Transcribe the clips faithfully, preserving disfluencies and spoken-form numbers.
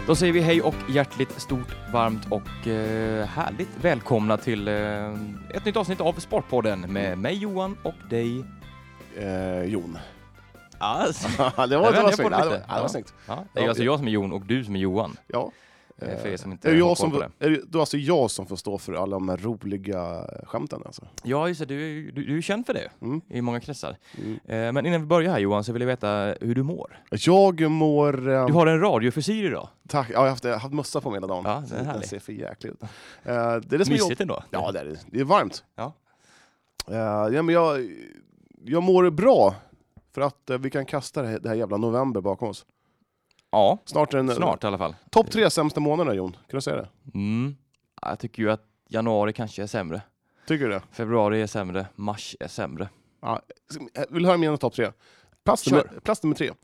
Då säger vi hej och hjärtligt stort, varmt och eh, härligt välkomna till eh, ett nytt avsnitt av Sportpodden med mig Johan och dig eh, Jon. Ah, det var, det var snyggt. Ja, det var, ja, det var snyggt. Ja, det är alltså jag som är Jon och du som är Johan. Ja. För er som inte är det jag har som koll på är det då alltså jag som får stå för alla de här roliga skämten alltså? Ja, just det. Du, du, du är känd för det mm. i många kretsar. Mm. Eh, men innan vi börjar här Johan så vill jag veta hur du mår. Jag mår... Um... Du har en radiofrisyr idag. Tack. Ja, jag har haft, jag har haft mössa på mig hela dagen. Ja, det är härligt. Den ser för jäkligt ut. Uh, det är det som Mysigt jag... ändå. Ja, det är det. Det är varmt. Ja. Uh, ja, men jag, jag mår bra för att uh, vi kan kasta det här, det här jävla november bakom oss. Ja, snart, en, snart i alla fall. Topp tre sämsta månader, Jon. Kan du säga det? Mm. Jag tycker ju att januari kanske är sämre. Tycker du det? Februari är sämre. Mars är sämre. Ja, vill du höra mina topp tre? Plats nummer, plats nummer tre.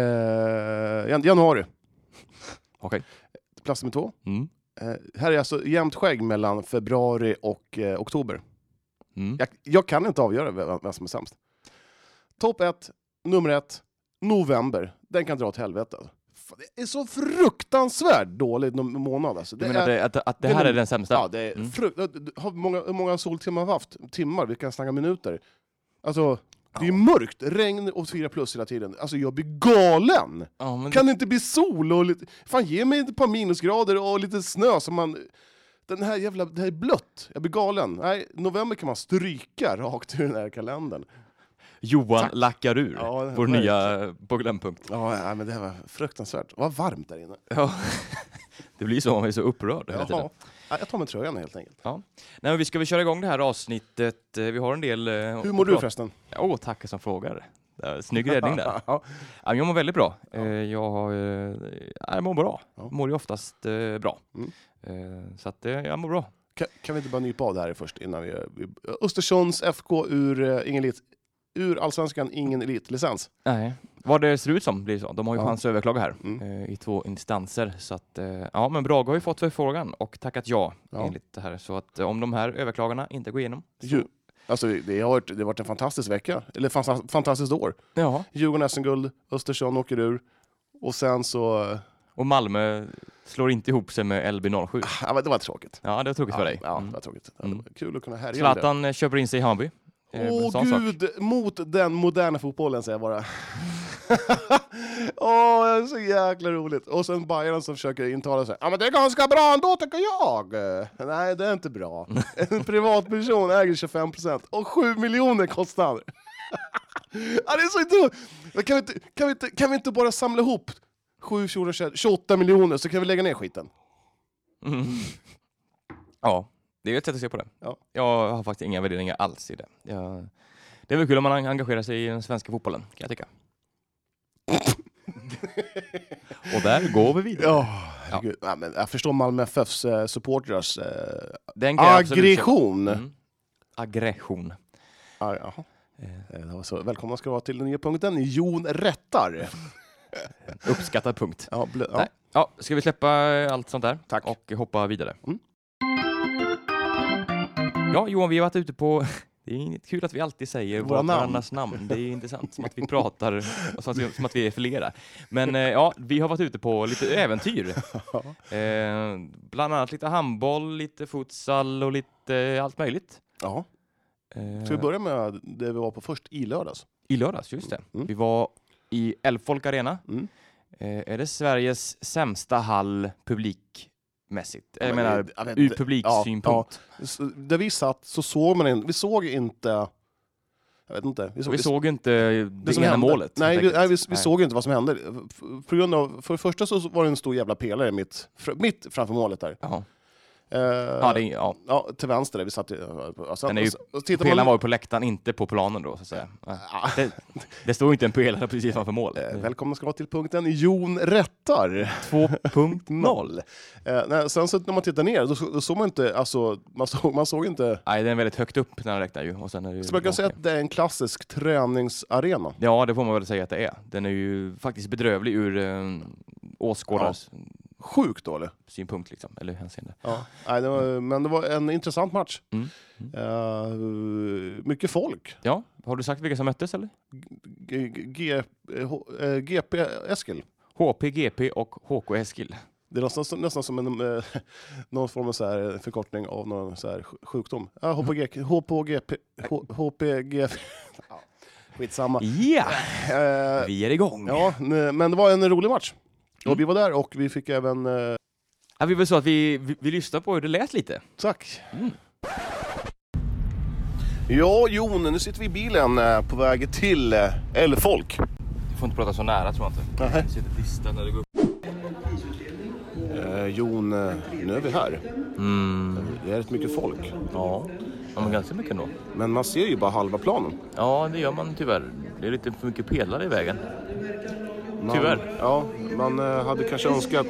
Eh, januari. Okej. Okay. Plats nummer två. Mm. Eh, här är alltså jämnt skägg mellan februari och eh, oktober. Mm. Jag, jag kan inte avgöra vem, vem som är sämst. Topp ett, nummer ett, november. Den kan dra åt helvete. Det är så fruktansvärt dåligt månad. Alltså. Du menar är, att, att, att det här det är den sämsta? Ja, det är mm. frukt, hur många, många soltimmar har vi haft? Timmar, vi kan snacka minuter. Alltså, det är mörkt, regn och fyra plus hela tiden. Alltså, jag blir galen! Ja, men kan det... det inte bli sol och lite... Fan, ge mig ett par minusgrader och lite snö som man... Den här jävla... Det här är blött. Jag blir galen. Nej, november kan man stryka rakt ur den här kalendern. Johan Tack. Lackar ur, ja, vår nya programpunkt. Ja, men det här var fruktansvärt. Vad varmt där inne. Ja, det blir så om man är så upprörd hela Jaha. tiden. Ja, jag tar med tröjan helt enkelt. Ja. Nej, men vi ska väl köra igång det här avsnittet. Vi har en del... Hur mår du förresten? Åh, oh, tack som frågar. Snygg räddning där. Ja. Jag mår väldigt bra. Ja. Jag, jag mår bra. Jag mår ju oftast bra. Mm. Så att jag mår bra. Kan, kan vi inte bara nypa av det här först innan vi... vi Östersunds F K ur ingen elit, ur allsvenskan, ingen elitlicens. Nej, vad det ser ut som blir så. De har ju ja. chans att överklaga här mm. eh, i två instanser. Så att, eh, ja, men Brage har ju fått förfrågan och tackat ja, ja. enligt det här. Så att eh, om de här överklagarna inte går igenom... Så... Jo. Alltså, det har, varit, det har varit en fantastisk vecka. Eller fant- fantastiskt år. Ja. Djurgården S M-guld, Östersund åker ur. Och sen så... Och Malmö slår inte ihop sig med L B noll sju. Ja, men det var tråkigt. Ja, det var tråkigt ja, för dig. Ja, mm. det var tråkigt. Mm. Det var kul att kunna härja. Zlatan det. köper in sig i Hammarby. Åh oh, gud, sak. Mot den moderna fotbollen säger jag bara. Åh, oh, det är så jäkla roligt. Och sen Bayern som försöker intala sig. Ja, men det är ganska bra ändå tycker jag. Nej, det är inte bra. En privatperson äger tjugofem procent och sju miljoner kostar. Ja, det är så inte. Kan vi inte, kan vi inte, kan vi inte bara samla ihop sju, tjugoåtta miljoner så kan vi lägga ner skiten? Mm. Ja. Det är ett sätt att se på det. Ja. Jag har faktiskt inga värderingar alls i det. Jag... Det är väl kul om man engagerar sig i den svenska fotbollen, kan jag tycka. Och där går vi vidare. Oh, ja. Ja, men jag förstår Malmö F F:s uh, supporters uh, aggression. Mm. Aggression. Ah, jaha. Eh. Så, välkomna ska vara till den nya punkten. Jon rättar. Uppskattad punkt. Ja, blö, ja. Ja, ska vi släppa allt sånt där? Tack. Och hoppa vidare. Mm. Ja, Johan, vi har varit ute på... Det är inte kul att vi alltid säger våra varandras namn. namn. Det är intressant, som att vi pratar, som att vi, som att vi är flera. Men eh, ja, vi har varit ute på lite äventyr. Eh, bland annat lite handboll, lite futsal och lite eh, allt möjligt. Ja. Eh, Ska vi börja med det vi var på först i lördags? I lördags, just det. Mm. Vi var i Älvfolk Arena. Mm. Eh, är det Sveriges sämsta hall publik? Mässigt. Jag, jag menar, jag vet, ur publiksynpunkt. Ja, ja. Där vi satt så såg man in, vi såg inte jag vet inte. Vi såg, vi såg inte det, det ena hände. målet. Nej, vi, nej, vi, vi såg inte vad som hände. På grund av, för det första så var det en stor jävla pelare mitt, mitt framför målet där. Jaha. Uh, ja, det är, ja. ja, till vänster där vi satt. Alltså, Den är ju, pelaren man... var ju på läktaren, inte på planen då så att säga. Ja. Det, det står inte en pelare precis framför mål. Uh, välkomna ska vara till punkten Jon rättar två punkt noll. uh, sen så när man tittar ner då, då såg man inte, alltså man såg, man såg inte. Nej, den är väldigt högt upp när den räknar ju och sen är det ju. Så man kan säga att det är en klassisk träningsarena. Ja, det får man väl säga att det är. Den är ju faktiskt bedrövlig ur uh, åskådars. Ja. Sjukt dålig synpunkt liksom, eller hänseende. Ja, nej, det var, men det var en intressant match. Mm. Mm. Uh, mycket folk. Ja, har du sagt vilka som möttes eller? G- G- G- G P Eskil. H P G P och H K Eskil. Det är nästan, nästan som en, eh, någon form av så här förkortning av någon så här sjukdom. Ja, H P G, H P G, H P G. Ja, skitsamma. Ja, eh, vi är igång. Ja, men det var en rolig match. Och mm. vi var där och vi fick även... Eh... Ja, vi var så att vi, vi, vi lyssnade på hur det lät lite. Tack. Mm. Ja, Jon, nu sitter vi i bilen eh, på väg till eh, Älvfolk. Du får inte prata så nära, tror jag inte. Nej. Vi sitter listan när det går upp. Eh, Jon, nu är vi här. Mm. Det är rätt mycket folk. Ja, ja men ganska mycket ändå. Men man ser ju bara halva planen. Ja, det gör man tyvärr. Det är lite för mycket pelare i vägen. Man, tyvärr. Ja, man eh, hade kanske önskat...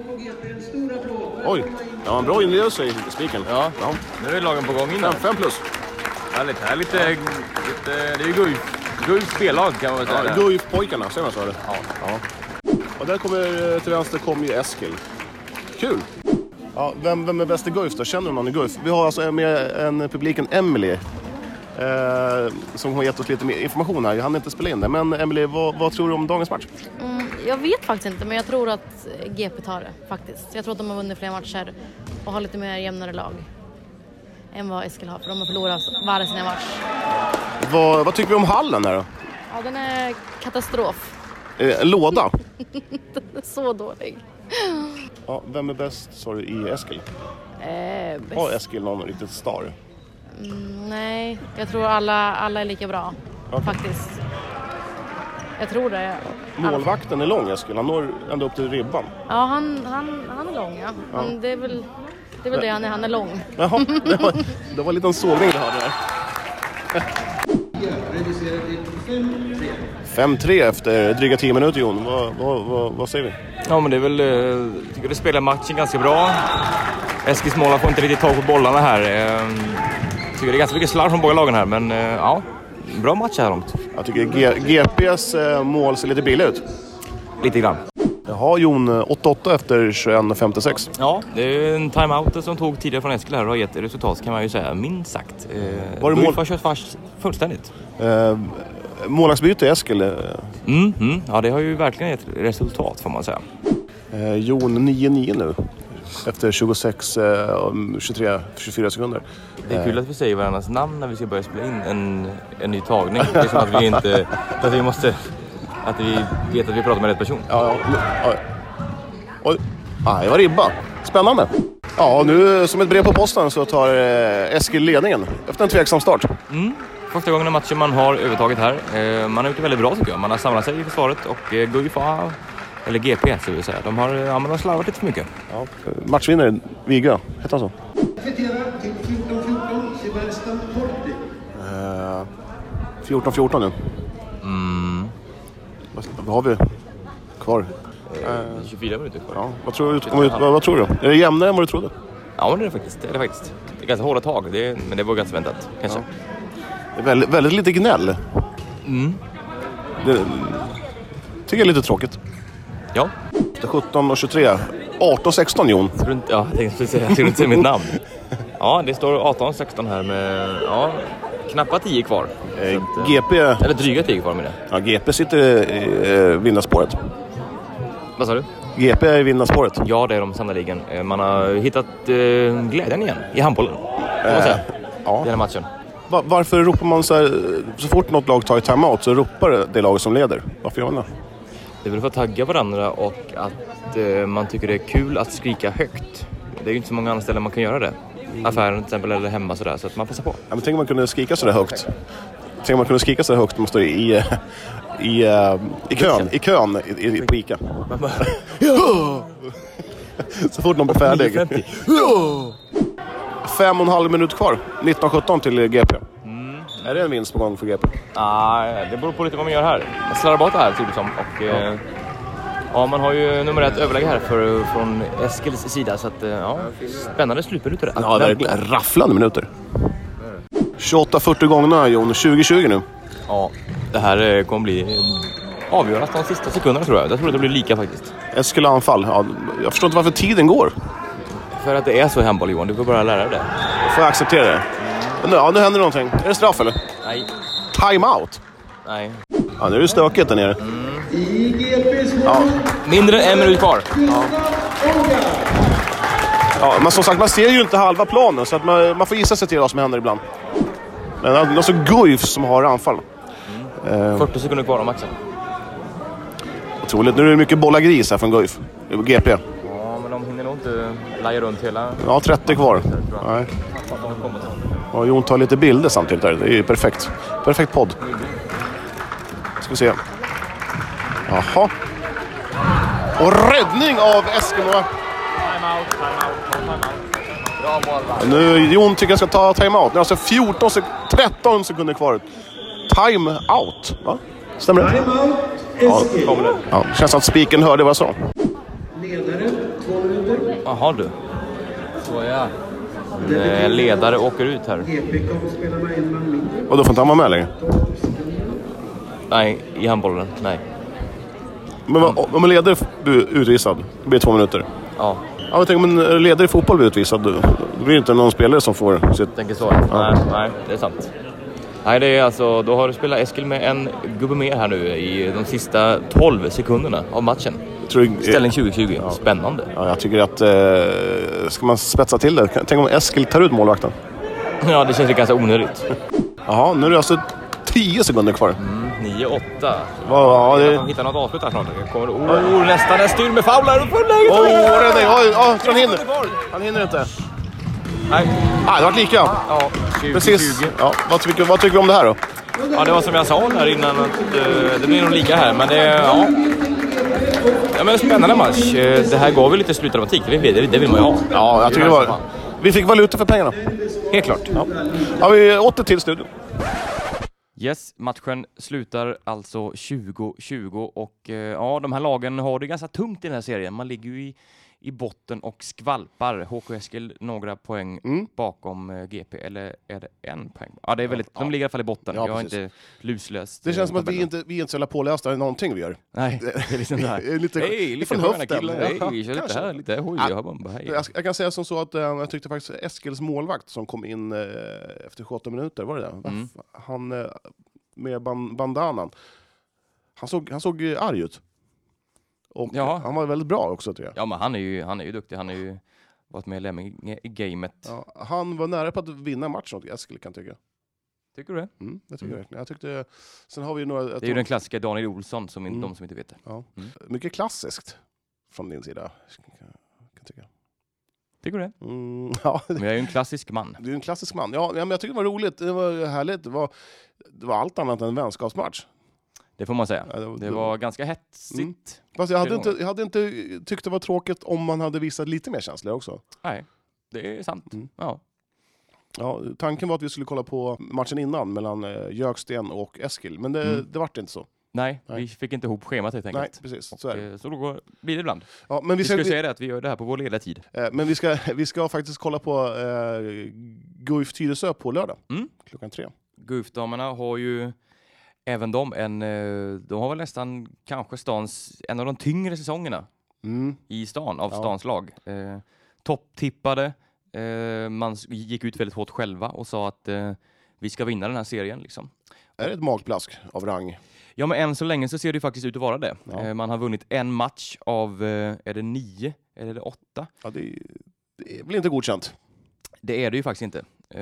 Oj, ja, en bra inledelse i spiken. Ja, ja, nu är lagen på gång innan. Fem, fem plus. Härligt, här lite, lite, det är ju Guif, Guif spellag kan man väl säga. Ja, Guif-pojkarna, säger man så? Ja. Ja. Och där kommer, till vänster kommer ju Eskil. Kul! Ja, vem, vem är bäst i Guif då? Känner du någon i Guif? Vi har alltså med en publiken, Emily, eh, som har gett oss lite mer information här. Jag hann inte spela in det, men Emily, vad, vad tror du om dagens match? Mm, jag vet faktiskt inte, men jag tror att G P tar det faktiskt. Jag tror att de har vunnit fler matcher och har lite mer jämnare lag än vad Eskil har, för de har förlorat varje sina match. Vad, vad tycker vi om hallen här då? Ja, den är katastrof. Eh, låda? Den är så dålig. Ja, vem är bäst, sorry, i Eskil? Eh, bäst. Har Eskil någon riktigt star? Mm, nej, jag tror alla, alla är lika bra, okay. Faktiskt. Jag tror det. Målvakten är lång, Eskil. Han når ända upp till ribban. Ja, han, han, han är lång, ja. ja. Men det är väl, det, är väl det han är. Han är lång. Jaha, det var, det var en liten sågning det hade där. fem tre efter dryga tio minuter, Jon. Vad, vad, vad, vad säger vi? Ja, men det är väl... Jag tycker det spelar matchen ganska bra. Eskils målar får inte riktigt tag på bollarna här. Jag tycker det är ganska mycket slarv från båda lagen här, men ja, bra match här långt. Jag tycker G- G P:s mål ser lite billigt ut. Lite grann. Jaha, Jon, åtta åtta efter tjugoett femtiosex. Ja, det är en timeout som tog tidigare från Eskil här och har gett resultat, kan man ju säga, minst sagt. Eh, Var det mål? Har kört fast fullständigt. Eh, målagsbyte Eskil. Eh. Mm, mm, ja, det har ju verkligen gett resultat, får man säga. Eh, Jon, nio nio nu. Efter tjugosex, tjugotre, tjugofyra sekunder. Det är kul att vi säger varandras namn när vi ska börja spela in en, en ny tagning. Det är som att vi inte... Att vi måste... Att vi vet att vi pratar med rätt person. Ja, ja. Oj. Ah, det var ribba. Spännande. Ja, nu som ett brev på posten så tar Eskil ledningen efter en tveksam start. Mm. Första gången i matchen man har övertaget här. Man har gjort det väldigt bra, tycker jag. Man har samlat sig i försvaret och Guif, eller G P så vill säga. De har, ja, man har slarvat lite för mycket. Ja. Matchvinnare Vigö, heter han så? fjorton fjorton nu. Mm. Vad, vad har vi kvar? Eh, tjugofyra minuter kvar. Ja. Vad, tror du, vad, vad, vad tror du? Är det jämnare än vad du trodde? Ja, men det är det faktiskt. Det är det faktiskt. Det är ganska hårda tag, det är, men det var ganska väntat, kanske. Ja. Det är väldigt, väldigt lite gnäll. Mm. Det tycker jag är lite tråkigt. Ja. sjutton och tjugotre. arton sexton, Jon. Ja, jag tänkte säga, jag skulle inte säga mitt namn. Ja, det står arton sexton här med, ja, knappt tio kvar. Eh, att, G P... Eller dryga tio kvar med det. Ja, G P sitter i eh, vinnarspåret. Vad sa du? G P är i vinnarspåret. Ja, det är de sannoliken. Man har hittat eh, glädjen igen i handbollen, kan man säga. Eh, ja. Den här matchen. Va- varför ropar man så här, så fort något lag tar ett timeout så ropar det lag som leder? Varför gör man det? Det är väl för att tagga varandra och att eh, man tycker det är kul att skrika högt. Det är ju inte så många andra ställen man kan göra det. Affären till exempel eller hemma sådär, så att man passar på. Ja, men tänk om man kunde skrika sådär högt. Tänk om man kunde skrika sådär högt om man står i, i, i, i kön, i kön i, i, på Ica. Så fort någon blir färdig. Fem och en halv minut kvar. nitton sjutton till G P. Mm. Är det en vinst på gång för G P? Ah, det beror på lite vad man gör här. Man slarvar bort det här, typ som. Och, ja. Eh, ja, man har ju nummer ett överlägg här för, från Eskils sida. Så att, ja, spännande slutminuter. Ja, det är rafflande minuter. tjugoåtta fyrtio gånger, Jon. tjugo tjugo nu. Ja, det här kommer bli avgöras de sista sekunderna, tror jag. Jag tror att det blir lika faktiskt. Eskil anfall. Ja, jag förstår inte varför tiden går. För att det är så i handboll, Johan. Du får bara lära dig det. Jag får acceptera det. Men ja, nu händer någonting. Är det straff eller? Nej. Time out? Nej. Ja, nu är det stökigt där nere. Mm. Ja. Mindre än en minut kvar. Ja. Ja, men som sagt, man ser ju inte halva planen så att man, man får gissa sig till vad som händer ibland. Men det är också Guif som har anfall. Mm. fyrtio sekunder kvar av matchen. Otroligt. Nu är det mycket bolla gris här från Guif. G P. Ja, men de hinner nog inte laja runt hela... Ja, trettio kvar. Nej. Ja, Jon tar lite bilder samtidigt där. Det är ju perfekt. Perfekt podd. Ska vi se. Jaha. Och räddning av Eskimo. Nu Jon tycker jag ska ta timeout. Nu är alltså fjorton sek- tretton sekunder kvar. Timeout, va? Stämmer det? Ja, ja, det känns att spiken hörde vad jag sa. Ledare, två minuter. Jaha du. Så ja. En ledare åker ut här. G P kommer spela med en man mindre. Och då får inte han vara med längre? Nej, i handbollen. Nej. Men om en ledare blir utvisad, det blir två minuter. Ja. Ja, jag tänker, om en ledare i fotboll blir utvisad, då blir det inte någon spelare som får sitt... Tänker så. Ja. Nej, nej, det är sant. Nej, det är alltså, då har du spelat Eskil med en gubbe mer här nu i de sista tolv sekunderna av matchen. Tror, Ställning tjugo tjugo. Ja. Spännande. Ja, jag tycker att eh, ska man spetsa till det? Tänk om Eskil tar ut målvakten. Ja, det känns ju ganska onödigt. Jaha, nu är det alltså tio sekunder kvar. Mm, nio åtta. Ja, det... De hittar något avslut här snart. Kommer... Oh, nästan en styr med faular. Åh, oh, räddning. Oj, oh, han hinner. Han hinner inte. Nej. Ah, det var lika. Ja, tjugo, precis. tjugo. Ja, vad, tycker, vad tycker du om det här då? Ja, det var som jag sa där innan att uh, det blir nog lika här. Men det är, ja... Ja, men spännande match. Det här gav väl lite slutdramatik. Det vill, det vill man ju ha. Ja, jag tycker det var... Vi fick valuta för pengarna. Helt klart. Ja. Har vi åtta till studion? Yes, matchen slutar alltså tjugo tjugo och uh, ja, de här lagen har det ganska tungt i den här serien. Man ligger ju i i botten och skvalpar. H K Eskil några poäng mm. bakom uh, G P. Eller är det en poäng? Ja, det är väldigt, ja. De ligger i alla fall i botten. Ja, jag har inte luslöst. Det känns som att vi inte, vi är inte så jävla pålästa i någonting vi gör. Nej, det är liksom det här. lite, hej, lite från höften. Hej, ja, lite här, lite här. Oj, jag, bomba, hej. Jag, jag kan säga som så att äh, jag tyckte faktiskt Eskils målvakt som kom in äh, efter tjugoåtta minuter, var det det? Mm. Han äh, med ban- bandanan. Han såg, han såg äh, arg ut. Och ja. Han var väldigt bra också, tycker jag. Ja, men han är ju, han är ju duktig. Han är ju varit med i, i gamet. Ja, han var nära på att vinna matchen åt Eskil, kan jag tycka. Tycker du det? Mm, det tycker mm. jag verkligen. Jag tyckte, sen har vi några, det är ju den klassiska Daniel Olsson, som mm. de som inte vet det. Ja. Mm. Mycket klassiskt från din sida, kan jag tycka. Tycker du det? Mm, ja. Men jag är ju en klassisk man. Du är en klassisk man. Ja, men jag tycker det var roligt. Det var härligt. Det var, det var allt annat än en vänskapsmatch. Det får man säga. Ja, det, var, det var ganska hetsigt. Mm. Fast jag hade, inte, jag hade inte tyckt det var tråkigt om man hade visat lite mer känslor också. Nej, det är sant. Mm. Ja. Ja, tanken var att vi skulle kolla på matchen innan mellan eh, Jöksten och Eskil. Men det, mm. det var inte så. Nej, Nej, vi fick inte ihop schemat helt enkelt. Nej, precis. Och, så, är det. så då går, blir det ibland. Ja, men vi, vi ska, ska vi, säga det att vi gör det här på vår lilla tid. Eh, men vi ska, vi ska faktiskt kolla på eh, Guif Tyresö på lördag. Mm. Klockan tre. Guif-damerna har ju även de en, de har väl nästan kanske stans, en av de tyngre säsongerna mm. i stan, av ja. stans lag. Eh, topptippade, eh, man gick ut väldigt hårt själva och sa att eh, vi ska vinna den här serien. Liksom. Är det ett magplask av rang? Ja, men än så länge så ser det faktiskt ut att vara det. Ja. Eh, man har vunnit en match av, eh, är det nio eller är det åtta? Ja, det, det blir inte godkänt. Det är det ju faktiskt inte.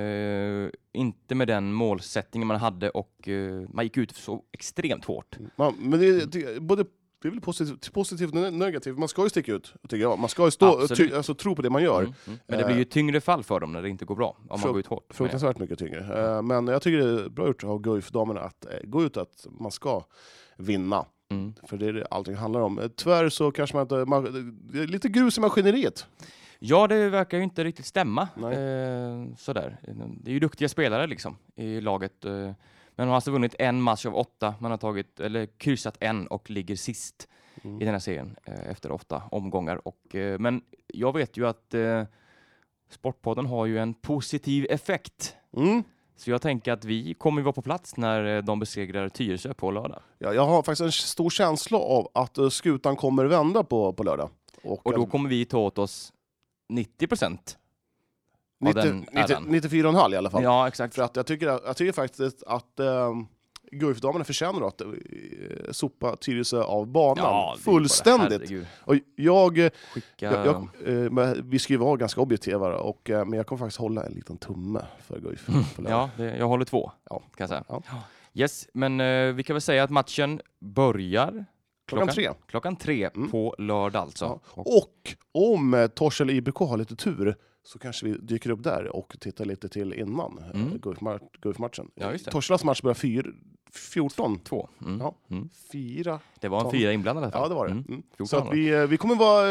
Uh, inte med den målsättningen man hade och uh, man gick ut så extremt hårt. Man, men det, det, både, det är väl positivt, positivt och negativt. Man ska ju sticka ut, tycker jag. Man ska ju stå, ty, alltså, tro på det man gör. Mm, mm. Men det blir ju tyngre fall för dem när det inte går bra. Om man går ut hårt. Fruktansvärt mycket tyngre. Uh, men jag tycker det är bra gjort av Guif-damerna att uh, gå ut att man ska vinna. Mm. För det är det allting handlar om. Tyvärr så kanske man inte... Man, det är lite grus i maskineriet. Ja, det verkar ju inte riktigt stämma. Eh, sådär. Det är ju duktiga spelare liksom i laget. Eh, men man har alltså vunnit en match av åtta. Man har tagit, eller kryssat en och ligger sist mm. i den här serien eh, efter åtta omgångar. Och, eh, men jag vet ju att eh, Sportpodden har ju en positiv effekt. Mm. Så jag tänker att vi kommer vara på plats när de besegrar Tyresö på lördag. Ja, jag har faktiskt en stor känsla av att uh, skutan kommer vända på, på lördag. Och, och då kommer vi ta åt oss nittio procent nittio, nittio, nittiofyra komma fem i alla fall. Ja, exakt. För att jag tycker, jag tycker faktiskt att äh, Guif-damerna förtjänar att uh, sopa Tyresö av banan. Ja, fullständigt. Och jag, Skicka... jag, jag uh, vi ska ju vara ganska objektiva, och, uh, men jag kommer faktiskt hålla en liten tumme för Guif. Mm. Ja, det, jag håller två, ja. Kan jag säga. Ja. Yes, men uh, vi kan väl säga att matchen börjar klockan, klockan tre. Klockan tre mm. på lördag alltså. Ja. Och om uh, Torshälla I B K har lite tur, så kanske vi dyker upp där och tittar lite till innan mm. uh, Guif-matchen. Ja, just det. Torshällas match börjar fyra, fjorton. Två. Mm. Ja. Mm. Fyra. Det var en fyra inblandade. Ja, det var det. Mm. Så att vi, vi kommer vara...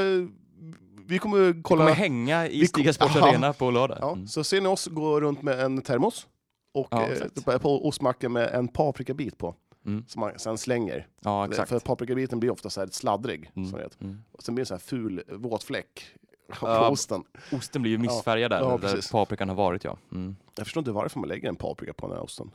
Vi kommer kolla... Vi kommer hänga i Stiga Sports Arena på lördag. Ja. Mm. Så ser ni oss gå runt med en termos och ja, eh, på ostmacka med en paprikabit på. Mm. Som man sen slänger. Ja, exakt. För paprikabiten blir ofta så här sladdrig. Mm. Så vet. Mm. Och sen blir det så här ful våtfläck på ja, osten. Osten blir ju missfärgad där, ja, där paprikan har varit. Ja. Mm. Jag förstår inte varför man lägger en paprika på den här osten.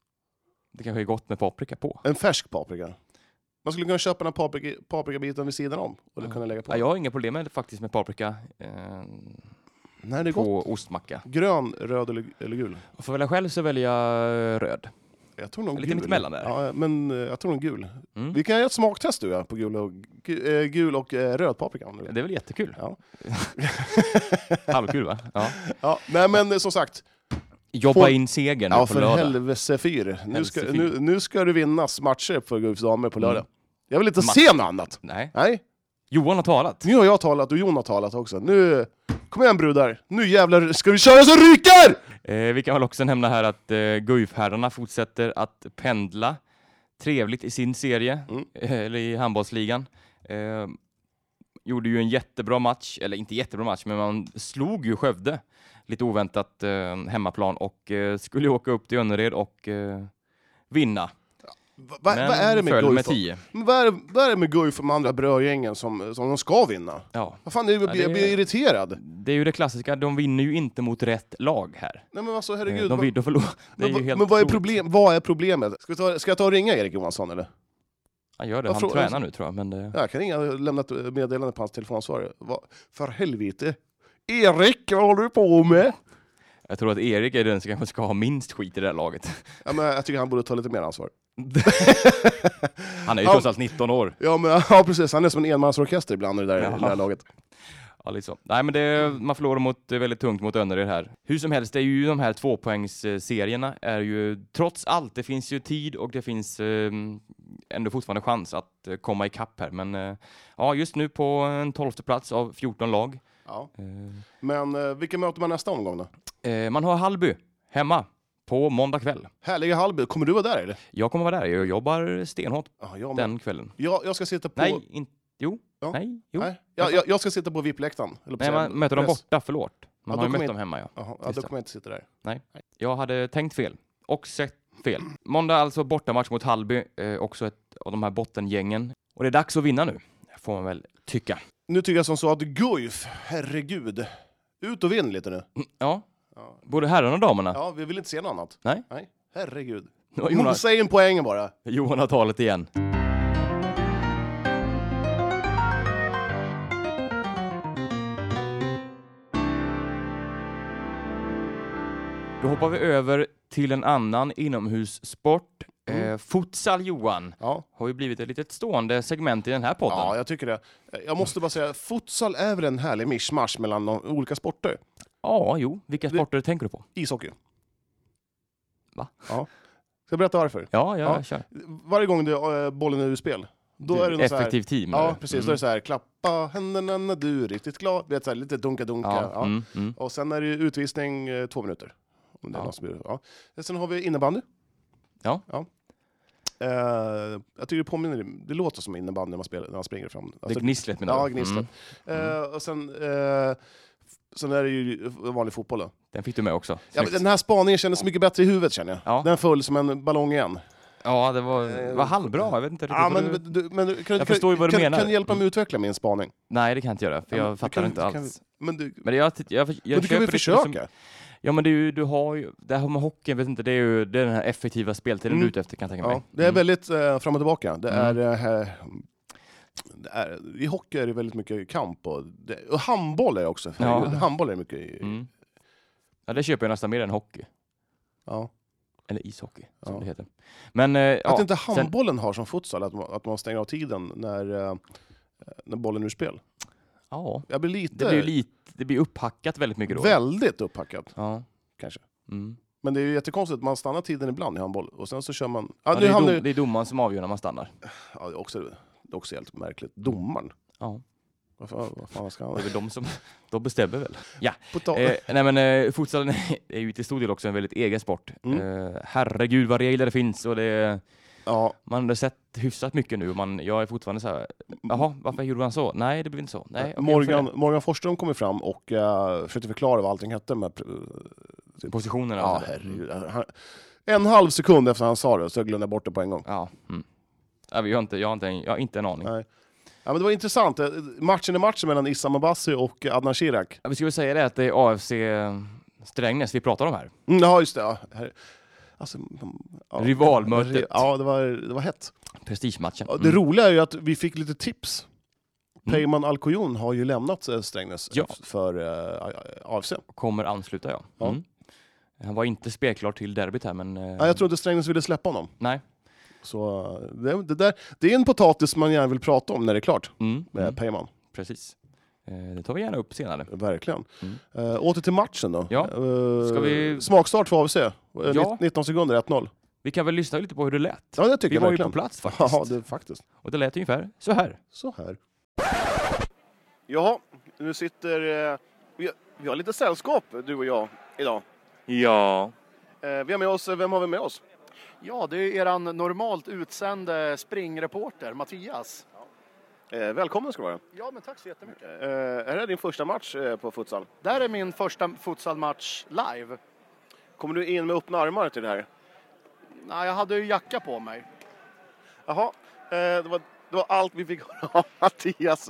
Det kanske är gott med paprika på. En färsk paprika. Man skulle kunna köpa den här paprika, paprikabiten vid sidan om. Och ja. kunna lägga på. Ja, jag har inga problem med faktiskt med paprika eh, Nej, det är på gott. Ostmacka. Grön, röd eller, eller gul? Och för välja själv så väljer jag röd. Jag tror nog lite gul. mitt emellan där. Ja, men jag tror nog gul. Mm. Vi kan göra ett smaktest du, ja, på gul och, gul, gul och eh, röd paprika. Det är väl jättekul. Ja. Halvkul va? Ja. Ja, nej men som sagt. Jobba på... in segern ja, på för lördag. helvete fyr. Nu ska, nu, nu ska det vinnas matcher för Guifs damer på lördag. Mm. Jag vill inte Ma- se något annat. Nej. nej. Johan har talat. Nu har jag talat och Jon har talat också. Nu, kom igen brudar. Nu jävlar ska vi köra så ryker! Eh, vi kan väl också nämna här att eh, Guif-herrarna fortsätter att pendla trevligt i sin serie, mm. eh, eller i handbollsligan. Eh, gjorde ju en jättebra match, eller inte jättebra match, men man slog ju Skövde lite oväntat eh, hemmaplan och eh, skulle åka upp till Önnered och eh, vinna. Va, va, vad är det med Guif? Med tio. Vad är, vad är det med Guif och de andra brödgängen som, som de ska vinna? Ja. Vad fan, jag blir, ja, blir irriterad. Det är ju det klassiska, de vinner ju inte mot rätt lag här. Nej men alltså herregud. De, de förlorar. Det är men, ju helt men vad är, problem, vad är problemet? Ska, ta, ska jag ta och ringa Erik Johansson eller? Han gör det, han frå- tränar nu tror jag. Men det... Jag kan ringa och lämna ett meddelande på hans telefonsvar. Va? För helvete. Erik, vad håller du på med? Jag tror att Erik är den som kanske ska ha minst skit i det här laget. Ja, men jag tycker han borde ta lite mer ansvar. Han är ju trots allt nitton år. Ja, men, ja, precis. Han är som en enmansorkester ibland i det där, ja. det där laget. Ja, lite så. Nej, men det, man förlorar mot, väldigt tungt mot Önnered här. Hur som helst, det är ju de här tvåpoängsserierna är ju, trots allt, det finns ju tid och det finns eh, ändå fortfarande chans att eh, komma ikapp här. Men eh, ja, just nu på en tolfte plats av fjorton lag. Ja. Eh. Men eh, vilka möter man nästa omgång då? Eh, man har Hallby hemma på måndag kväll. Härliga Hallby. Kommer du vara där eller? Jag kommer vara där. Jag jobbar stenhårt ja, jag den kvällen. Jag, jag ska sitta på... Nej, inte... Jo. Ja. Nej, jo. Nej. Jag, jag, jag ska sitta på V I P-läktaren. Nej, man möter dem borta, förlåt. Man ja, har ju mött jag... dem hemma, ja. Aha, ja, då kommer jag inte sitta där. Nej. Nej, jag hade tänkt fel. Och sett fel. Måndag alltså bortamatch mot Hallby. Eh, också ett av de här bottengängen. Och det är dags att vinna nu, får man väl tycka. Nu tycker jag som så att Guif, herregud. Ut och vinn lite nu. Mm, ja. ja. Både herrarna och damerna. Ja, vi vill inte se något annat. Nej. Nej. Herregud. Johan... Säg en poäng bara. Johan har talet igen. Då hoppar vi över till en annan inomhussport. Mm. Eh, futsal, Johan, ja. har ju blivit ett litet stående segment i den här podden. Ja, jag tycker det. Jag måste bara säga, futsal är väl en härlig mischmasch mellan de olika sporter? Ja, jo. Vilka sporter det... tänker du på? Ishockey. Va? Ja. Ska jag berätta varför? Ja, ja, ja. Kör. Varje gång det, äh, bollen är ur spel, då du, är det något effektiv så team. Ja, eller? precis. Mm. Då är det så här, klappa händerna när du är riktigt glad. Vet, så här, lite dunka-dunka. Ja, ja. mm, mm. Och sen är det utvisning eh, två minuter. Om det är ja. någon som blir, ja. Sen har vi innebandy. Ja. ja. Uh, jag tycker det påminner, det låter som innebandy när man, spelar, när man springer fram. Alltså, det gnisslet med Ja, gnisslet. Mm. Uh, och sen, uh, sen är det ju vanlig fotboll då. Den fick du med också. Ja, den här spaningen kändes mycket bättre i huvudet känner jag. Ja. Den föll som en ballong igen. Ja, det var, var halvbra. Jag vet inte riktigt. Ja, men, du... du, men, kan, jag förstår ju vad du kan, menar. Kan du hjälpa mig att utveckla min spaning? Nej, det kan jag inte göra, för jag ja, fattar kan, inte alls. Vi, men du, men jag, jag, jag, jag men du kan väl försöka? Som, ja, men det är ju, du har ju, det här med hockeyn, vet inte, det är ju det är den här effektiva speltiden mm. du är ute efter, kan jag tänka mig. Ja, det är mm. väldigt uh, fram och tillbaka. Det mm. är... Uh, Det är, i hockey är det väldigt mycket kamp och, det, och handboll är också. Ja. Handboll är mycket i, mm. Ja, det köper jag nästan mer än hockey. Ja. Eller ishockey, som Ja. det heter. Men, eh, att ja, inte sen, handbollen har som futsal, att man, att man stänger av tiden när, eh, när bollen är ur spel. ja, Jag blir lite... det blir ju lite, det blir upphackat väldigt mycket då. Väldigt upphackat, Ja. kanske. Mm. Men det är ju jättekonstigt att man stannar tiden ibland i handboll. Och sen så kör man... Ja, Ja, nu det, är hamnar... dom, det är domaren som avgör när man stannar. ja, det är också, det är också helt märkligt. Domaren. Ja. Vad fan, vad fan ska han? Det är väl de som de bestämmer väl. Ja. På ta- Eh, nej men eh, futsalen är ju till stor del också en väldigt egen sport. Mm. Eh, herregud vad regler det finns och det, ja, man har sett hyfsat mycket nu. Man, jag är fortfarande så här, jaha, varför gjorde han så? Nej, det blev inte så. Nej, okej, Morgan, varför Morgan Forsström kom ju fram och uh, försökte förklara vad allting hette. Med, det? Positionerna. ja, och så där. herregud. Han, en halv sekund efter han sa det så glömde jag bort det på en gång. Ja. Mm. Ja, vi har inte, jag, har inte en, jag har inte en aning. Nej. Ja, men det var intressant. Matchen är matchen mellan Issam Abbasi och Adnan Shirak. Ja, vi ska väl säga det att det är A F C Strängnäs vi pratar om här. Mm, ja, just det. Ja. Här, alltså, ja. Rivalmötet. Ja, det var, det var hett. Prestigematchen. Ja, det Mm. roliga är ju att vi fick lite tips. Mm. Peyman Alkoyon har ju lämnat eh, Strängnäs Ja. för uh, A F C. Kommer ansluta, ja. Ja. Mm. Han var inte spelklar till derbyt här, men... eh, Ja, jag tror inte Strängnäs ville släppa honom. Nej. Så uh, det, det, där, det är en potatis man gärna vill prata om när det är klart Mm. med Mm. Peyman. Precis. Eh, det tar vi gärna upp senare. Verkligen. Mm. Uh, åter till matchen då. Ja. Uh, Ska vi- Smakstart för A F C. Uh, Ja. nitton sekunder, ett noll. Vi kan väl lyssna lite på hur det lät. Ja, det tycker Vi jag var ju verkligen. på plats faktiskt. Ja, det, faktiskt. Och det lät ungefär så här. Så här. Jaha, nu sitter... Uh, vi, vi har lite sällskap, du och jag, idag. Ja. Uh, vi har med oss, vem har vi med oss? Ja, det är eran normalt utsände springreporter, Mattias. Uh, välkommen ska du vara. Ja, men tack så jättemycket. Uh, är det din första match uh, på futsal? Det här är min första futsalmatch live. Kommer du in med öppna armar till det här? Nej, jag hade ju jacka på mig. Jaha, uh, det, var, det var allt vi fick höra av Mattias.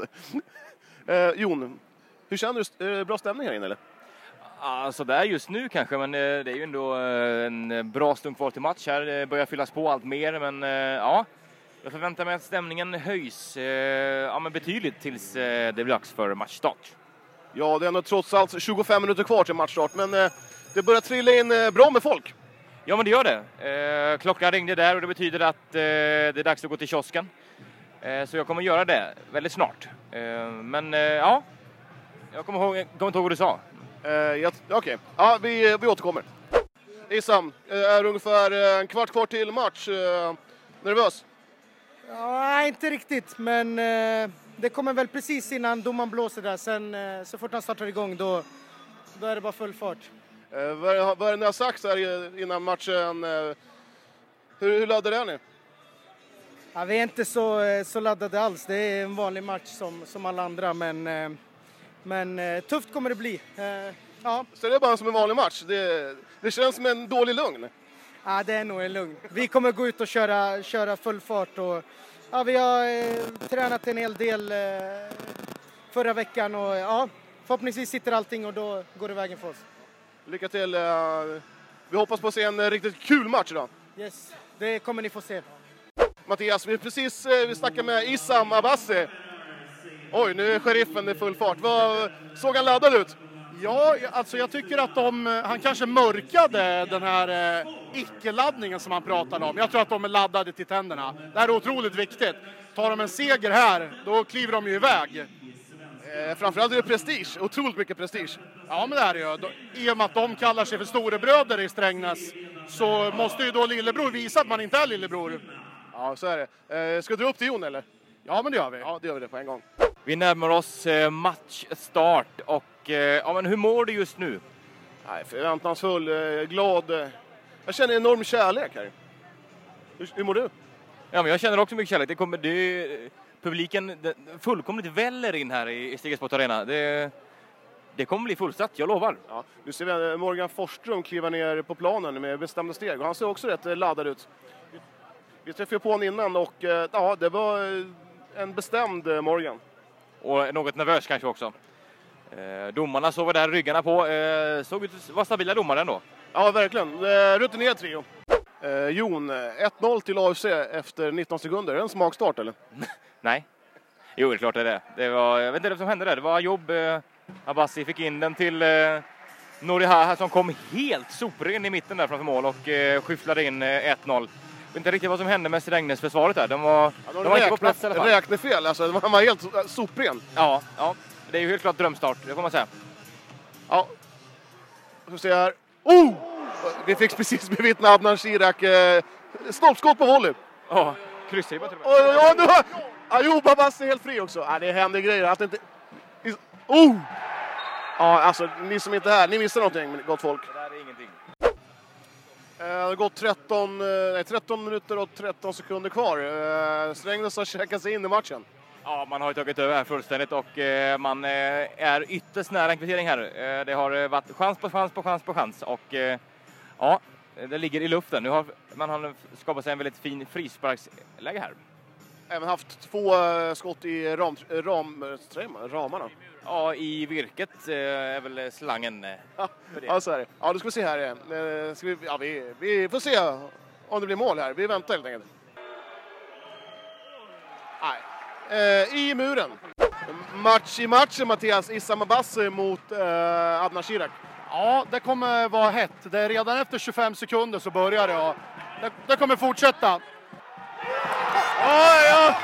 uh, Jon, hur känner du? Är det bra stämning här inne eller? Alltså det är just nu kanske, men eh, det är ju ändå eh, en bra stund kvar till match här. Det börjar fyllas på allt mer, men eh, ja. Jag förväntar mig att stämningen höjs eh, ja, men betydligt tills eh, det blir dags för matchstart. Ja, det är ändå trots allt tjugofem minuter kvar till matchstart, men eh, det börjar trilla in eh, bra med folk. Ja, men det gör det. Eh, klockan ringde där och det betyder att eh, det är dags att gå till kiosken. Eh, så jag kommer göra det väldigt snart. Eh, men eh, ja, jag kommer ihåg, jag kommer inte ihåg vad du sa. Uh, Okej, okay. Ja, vi, vi återkommer. Issam, uh, är ungefär uh, en kvart kvar till match. Uh, nervös? Ja, nej, inte riktigt, men eh, det kommer väl precis innan domaren blåser där. Sen eh, så fort han startar igång då, då är det bara full fart. Uh, vad, vad är det ni har sagt här innan matchen? Uh, hur, hur laddade är ni? Ja, vi är inte så, eh, så laddade alls. Det är en vanlig match som, som alla andra, men, eh, men eh, tufft kommer det bli. Eh, ja. Så det är bara som en vanlig match? Det, det känns som en dålig lugn? Ja, det är nog en lugn. Vi kommer gå ut och köra, köra full fart. Och, ja, vi har eh, tränat en hel del eh, förra veckan och ja, förhoppningsvis sitter allting och då går det vägen för oss. Lycka till. Uh, vi hoppas på att se en uh, riktigt kul match idag. Yes, det kommer ni få se. Mattias, vi precis uh, vi snackade med Issam Abbasi. Oj, nu är sheriffen i full fart. Vad, såg han laddad ut? Ja, alltså jag tycker att de, han kanske mörkade den här eh, icke-laddningen som han pratade om. Jag tror att de är laddade till tänderna. Det här är otroligt viktigt. Tar de en seger här, då kliver de ju iväg. Eh, framförallt är det prestige, otroligt mycket prestige. Ja, men det är det ju. I och med att de kallar sig för storebröder i Strängnäs så måste ju då lillebror visa att man inte är lillebror. Ja, så är det. Eh, ska du upp till Jon eller? Ja, men det gör vi. Ja, det gör vi det på en gång. Vi närmar oss eh, matchstart och eh, ja, men hur mår du just nu? Nej, förväntansfull, eh, glad. Eh. Jag känner enorm kärlek här. Hur, hur mår du? Ja, men jag känner också mycket kärlek. Det kommer, det, publiken det, fullkomligt väller in här i, i Stigesport Arena. Det, det kommer bli fullsatt, jag lovar. Ja, nu ser vi Morgan Forsström kliva ner på planen med bestämda steg. Och han ser också rätt laddad ut. Vi, vi träffade på honom innan och eh, ja, det var en bestämd eh, Morgan. Och något nervös kanske också. Eh, domarna såg där ryggarna på. Eh, såg ut att vara stabila domare ändå. Ja, verkligen. Eh, rutinerad trio. Eh, Jon, ett noll till A F C efter nitton sekunder. Är det en smakstart eller? Nej. Jo, det är klart det är det. Det var, jag vet inte vad som hände där. Det var jobb. Eh, Abbasi fick in den till eh, Noriha här som kom helt sopren i mitten där framför mål och eh, skyfflade in eh, ett noll. Jag vet inte riktigt vad som hände med Strängnäs försvaret där. De var, ja, de de var inte på plats i alla fall. Räknefel, alltså. De var helt sopren. Ja, ja, det är ju helt klart drömstart, det får man säga. Ja. Så ser jag här. Oh! Vi fick precis bevittna Adnan Shirak eh, snoppskott på volley. Ja, kryssribba till och med. Oj, oj, oj, nu! Ayub Abbas är helt fri också. Ja, det händer grejer. Att inte... Oh! Ja, alltså, ni som inte är här, ni missar någonting, gott folk. Det där är ingenting. Det har gått tretton, nej, tretton minuter och tretton sekunder kvar. Strängnäs har checkat sig in i matchen. Ja, man har ju tagit över här fullständigt och eh, man eh, är ytterst nära en kvittering här. Eh, det har varit chans på chans på chans på chans och eh, ja, det ligger i luften. Nu har man har skapat sig en väldigt fin frisparksläge här. Även haft två uh, skott i ram, ram, ramarna. Ja, i virket uh, är väl slangen. Uh, ja, ja, så är det. Ja, då ska vi se här. Uh, ska vi, ja, vi, vi får se om det blir mål här. Vi väntar helt enkelt. Nej. Uh, I muren. Match i matchen, Mattias. Issam Abbas mot uh, Adnan Shirak. Ja, det kommer vara hett. Det är redan efter tjugofem sekunder så börjar det. Och det, det kommer fortsätta. Oj, ja.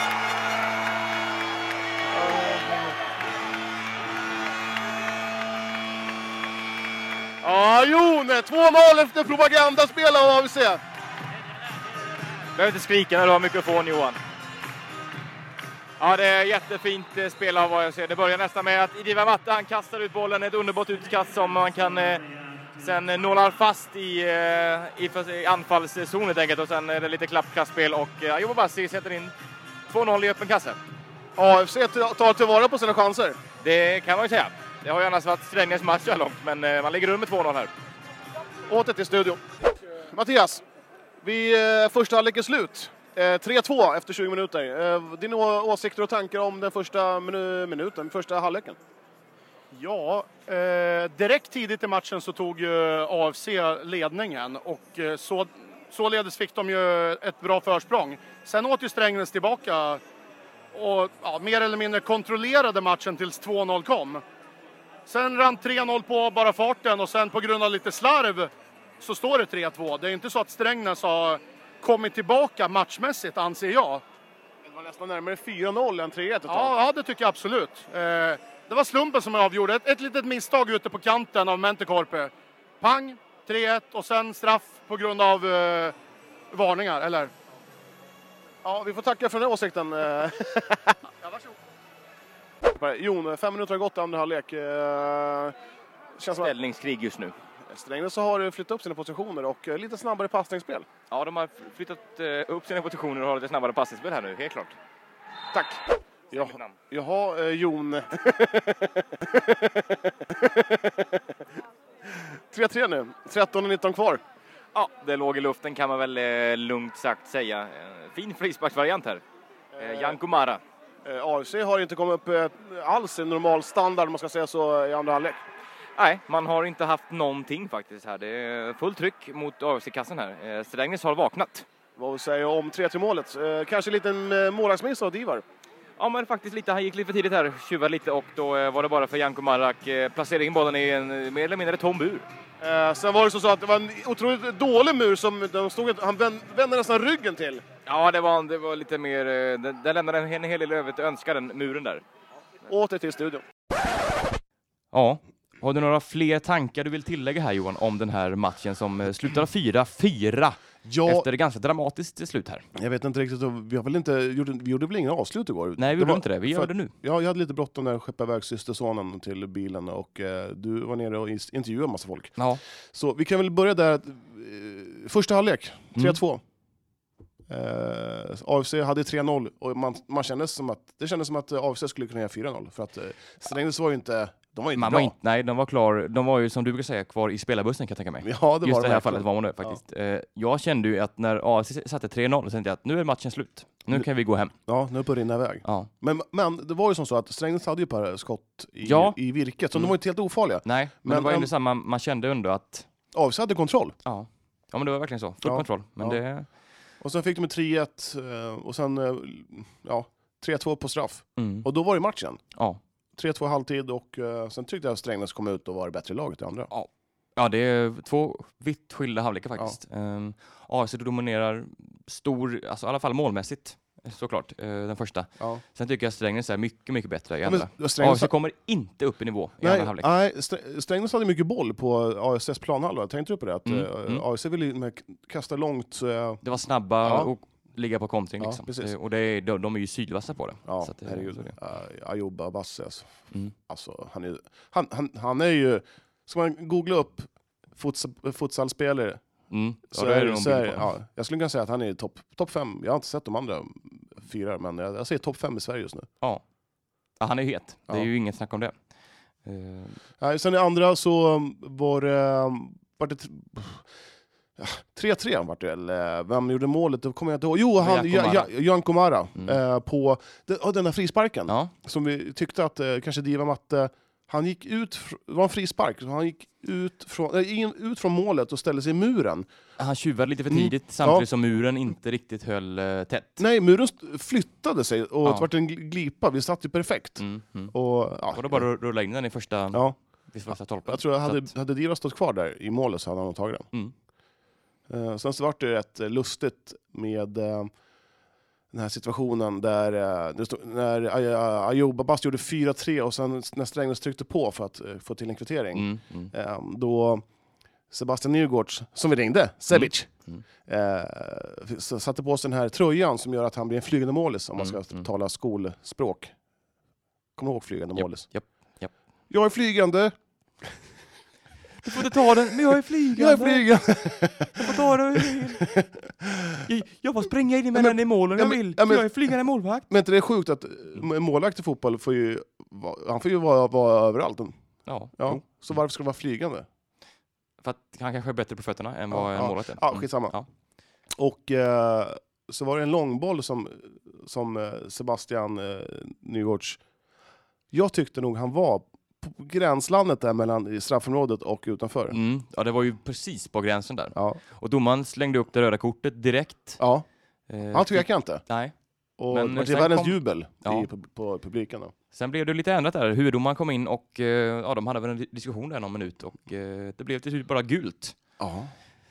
Ja, Jon, två noll efter propagandaspel av A V C. Behöver inte skrika när du har mikrofon, Johan. Ja, det är jättefint spel av vad jag ser. Det börjar nästan med att Idiva Matte, han kastar ut bollen. Ett underbart utkast som man kan eh, sen nålar fast i, eh, i, i anfallszonen helt enkelt. Och sen är det lite klappkastspel och eh, Ayub Abbas sätter in två noll i öppen kasse. A F C tar tillvara på sina chanser. Det kan man ju säga. Det har ju annars varit Strängnäs match så långt, men eh, man ligger under med två noll här. Åter till studion. Mattias, vi, eh, första halvlek är slut. Eh, tre två efter tjugo minuter. Eh, dina åsikter och tankar om den första minu- minuten, första halvleken? Ja, eh, direkt tidigt i matchen så tog ju A F C ledningen och eh, så, således fick de ju ett bra försprång. Sen åt ju Strängnäs tillbaka och ja, mer eller mindre kontrollerade matchen tills två noll kom. Sen rann tre noll på bara farten och sen på grund av lite slarv så står det tre två. Det är inte så att Strängnäs har kommit tillbaka matchmässigt, anser jag. Det var nästan närmare fyra noll än tre ett. Ja, ja, det tycker jag absolut. Eh, det var slumpen som avgjorde. Ett, ett litet misstag ute på kanten av Mentekorpe. Pang, tre ett och sen straff på grund av eh, varningar, eller? Ja, vi får tacka för den här åsikten. Ja, varsågod. Jon, fem minuter har gått i andra halvlek. Eh, känns som ställningskrig just nu. Strängnäs har flyttat upp sina positioner och lite snabbare passningsspel. Ja, de har flyttat upp sina positioner och har lite snabbare passningsspel här nu, helt klart. Tack. Ja, jaha, eh, Jon. tre tre nu, tretton och nitton kvar. Ja, det låg i luften kan man väl eh, lugnt sagt säga. Eh, fin frisparksvariant här. Eh, Janko Mara. Eh, A F C har inte kommit upp eh, alls i normal standard, man ska säga så, i andra halvlek. Nej, man har inte haft någonting faktiskt här. Det är fullt tryck mot A F C-kassen här. Eh, Strängnäs har vaknat. Vad säger om tre tre målet? Eh, kanske en liten eh, målagsmiss av Divar. Ja, men faktiskt lite. Han gick lite för tidigt här, tjuvade lite och då eh, var det bara för Janko Marak eh, placera in bollen i en mer eller mindre tom bur. Eh, sen var det så att det var en otroligt dålig mur som de stod, han vände nästan ryggen till. Ja, det var, det var lite mer, eh, det, det lämnade en, en hel del övrigt att önska den muren där. Åter till studion. Ja. Har du några fler tankar du vill tillägga här, Johan, om den här matchen som slutar fyra fyra ja, efter ett ganska dramatiskt slut här? Jag vet inte riktigt, vi har väl inte gjort, vi gjorde väl ingen avslut igår? Nej, vi gjorde inte det, vi gör det nu. Ja, jag hade lite bråttom när jag skeppade iväg systersonen till bilen och eh, du var nere och intervjuade en massa folk. Ja. Så vi kan väl börja där, eh, första halvlek, tre två. Mm. Eh, A F C hade tre noll och man, man kändes som att, det kändes som att A F C skulle kunna göra fyra noll för att eh, Strängnäs var ju inte De var inte man bra. Var inte, nej, de var klar. De var ju, som du brukar säga, kvar i spelarbussen kan jag tänka mig. Ja, det Just var det här verkligen. fallet var man det faktiskt. Ja. Jag kände ju att när A F C satte tre noll så tänkte jag att nu är matchen slut. Nu kan vi gå hem. Ja, nu är det på att rinna iväg. Ja. Men, men det var ju som så att Strängnäs hade ju ett par skott i, ja. i virket, så mm. de var inte helt ofarliga. Nej, men, men det var ju ändå samma, man kände ändå att A F C hade kontroll. Ja, ja men det var verkligen så. Full ja. kontroll. Men ja. det... Och sen fick de tre ett och sen ja, tre två på straff. Mm. Och då var det matchen. Ja. tre två halvtid och uh, sen tyckte jag Strängnäs kom ut och var det bättre laget i andra. Ja. Ja, det är två vitt skilda halvlekar faktiskt. Ja. Um, A F C dominerar stor, alltså i alla fall målmässigt, såklart, uh, den första. Ja. Sen tycker jag Strängnäs är mycket, mycket bättre i andra. Ja, Strängnäs... A F C kommer inte upp i nivå i nej, andra halvlek. Nej, Strängnäs hade mycket boll på A F C:s planhalva. Tänkte du på det? Att mm, uh, mm. A F C ville kasta långt. Så, uh... Det var snabba ja. och ligga på kontring. Ja, liksom. uh, och det är, de, de är ju sydvassa på det. Ja, så att det herregud. Uh, Ayoub Abasse, alltså. Mm. alltså han, är, han, han, han är ju... Ska man googla upp futsalspelare mm. så, ja, är, är så är, ja, jag skulle kunna säga att han är topp top fem. Jag har inte sett de andra fyra, men jag, jag säger topp fem i Sverige just nu. Ja, ja han är het. Det är ja. ju inget snack om det. Uh... Ja, sen i andra så var det, var det ja, tre tre var det, eller vem gjorde målet? Det kommer jag inte ihåg. Jo, han, Jan Komara mm. eh, på den, oh, den här frisparken ja. som vi tyckte att eh, kanske Diva Matte. Han gick ut, det var en frispark, så han gick ut från, äh, in, ut från målet och ställde sig i muren. Han tjuvade lite för tidigt, mm. samtidigt ja. som muren inte riktigt höll uh, tätt. Nej, muren flyttade sig och ja. det var en glipa, vi satt ju perfekt. Mm, mm. Och, ja. och då bara rulla in den i första, ja. i första tolpen. Jag tror att hade, att... hade Diva stått kvar där i målet så hade han tagit den. Mm. Uh, sen så var det rätt lustigt med... Uh, den här situationen där uh, stod, när uh, Ayoub Abasse gjorde fyra tre och sen när Strängnäs tryckte på för att uh, få till en kvittering mm, mm. Um, då Sebastian Nygårds, som vi ringde, Sebic mm, mm. Uh, satte på sig den här tröjan som gör att han blir en flygande målis om mm, man ska mm. tala skolspråk. Kommer du ihåg flygande yep, målis? Yep, yep. Jag är flygande. Du får inte ta den, men jag är flygande. Jag är flygande. Jag får ta den. Jag, jag får springa in emellan i målen jag vill. Ja, men, jag är flygande målvakt. Men inte det är sjukt att målvakt i fotboll får ju, han får ju vara, vara överallt. Ja. ja. Så varför ska det vara flygande? För att han kanske är bättre på fötterna än vad ja, en målvakt är. Ja, skitsamma. Ja. Och eh, så var det en långboll som, som Sebastian eh, Nygårds. Jag tyckte nog han var på gränslandet där mellan straffområdet och utanför. Mm. Ja, det var ju precis på gränsen där. Ja. Och domaren slängde upp det röda kortet direkt. Ja. Eh, han tog jag kan inte. Nej. Och men det var världens kom... jubel ja. i, på, på publiken då. Sen blev det lite ändrat där. Huvuddomaren kom in och eh, ja, de hade väl en diskussion där någon minut och eh, det blev till slut bara gult. Ja.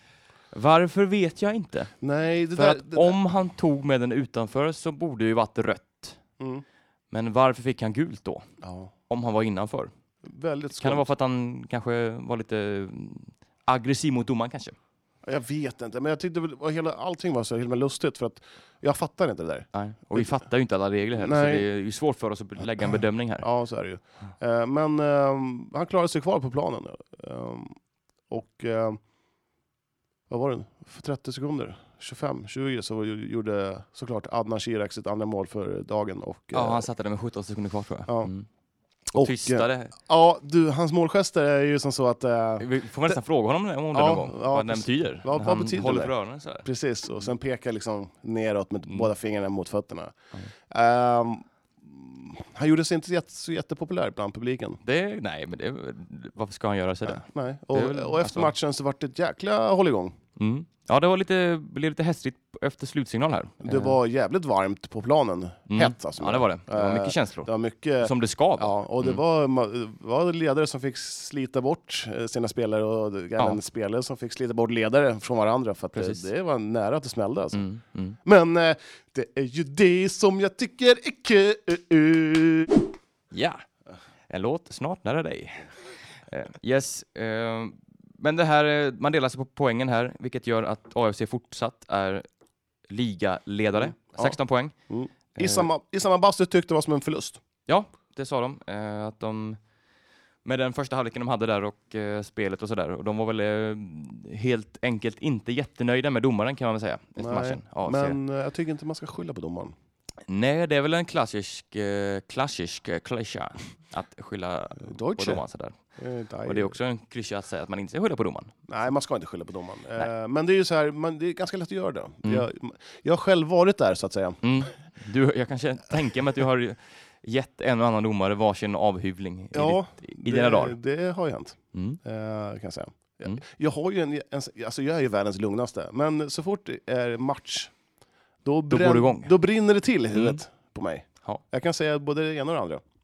Varför vet jag inte. Nej, det För där, att det om där... han tog med den utanför så borde det ju varit rött. Mm. Men varför fick han gult då? Ja. Om han var innanför. Väldigt kan det vara för att han kanske var lite aggressiv mot domaren kanske? Jag vet inte, men jag tyckte väl hela, allting var så himla lustigt för att jag fattar inte det där. Nej, och vi fattar ju inte alla regler heller, så det är ju svårt för oss att lägga en bedömning här. Ja, så är det ju. Uh, men uh, han klarade sig kvar på planen. Uh, och uh, vad var det? För trettio sekunder, tjugofem tjugo så gjorde såklart Adnan Shirak sitt andra mål för dagen. Och, ja, han satte det med sjutton sekunder kvar tror jag. Ja. Mm. Och twistade. Ja, du, hans målgester är ju som så att... Äh, vi får man nästan fråga honom om det ja, någon gång. Ja, vad den betyder. Vad, vad han betyder håller det? För öronen, så här. Precis, och sen pekar liksom neråt med mm. båda fingrarna mot fötterna. Mm. Um, han gjorde sig inte jätte, så jättepopulär bland publiken. Det, nej, men det, varför ska han göra sig nej, det? Nej, och, det väl, och efter alltså... matchen så var det ett jäkla hålligång. Mm. Ja, det var lite, blev lite hästigt efter slutsignal här. Det var jävligt varmt på planen. Mm. Hett alltså. Ja, det var det. Det var mycket känslor. Det var mycket... Som det ska. Ja, och det mm. var, var ledare som fick slita bort sina spelare och även ja. spelare som fick slita bort ledare från varandra för att det, det var nära att det smällde. Alltså. Mm. Mm. Men äh, det är ju det som jag tycker är kul. Ja, en låt snart nära dig. Uh, yes, uh, men det här, man delar sig på poängen här, vilket gör att A F C fortsatt är ligaledare. Mm. sexton ja. poäng. Mm. I, samma, I samma bastu tyckte det var som en förlust. Ja, det sa de. Uh, att de med den första halvleken de hade där och uh, spelet och sådär. Och de var väl uh, helt enkelt inte jättenöjda med domaren kan man väl säga. Efter Nej, matchen. A F C. Men uh, jag tycker inte man ska skylla på domaren. Nej, det är väl en klassisk uh, klassisk uh, klyscha att skylla Deutsche. på domaren sådär. Uh, och det är också en klyscha att säga att man inte ska skylla på domaren. Nej, man ska inte skylla på domaren. Uh, men det är ju så här, man, det är ganska lätt att göra det. Mm. Jag, jag har själv varit där så att säga. Mm. Du, jag kan tänka mig att du har gett en och annan domare varsin avhyvling ja, i, ditt, i dina dagar. Det har ju hänt. Mm. Uh, kan jag säga. Mm. Jag, jag har ju en, en, alltså jag är ju världens lugnaste, men så fort det är match då, brän, då, går det igång. då brinner det till i huvudet mm. på mig. Ja. Jag kan säga både det ena och det andra.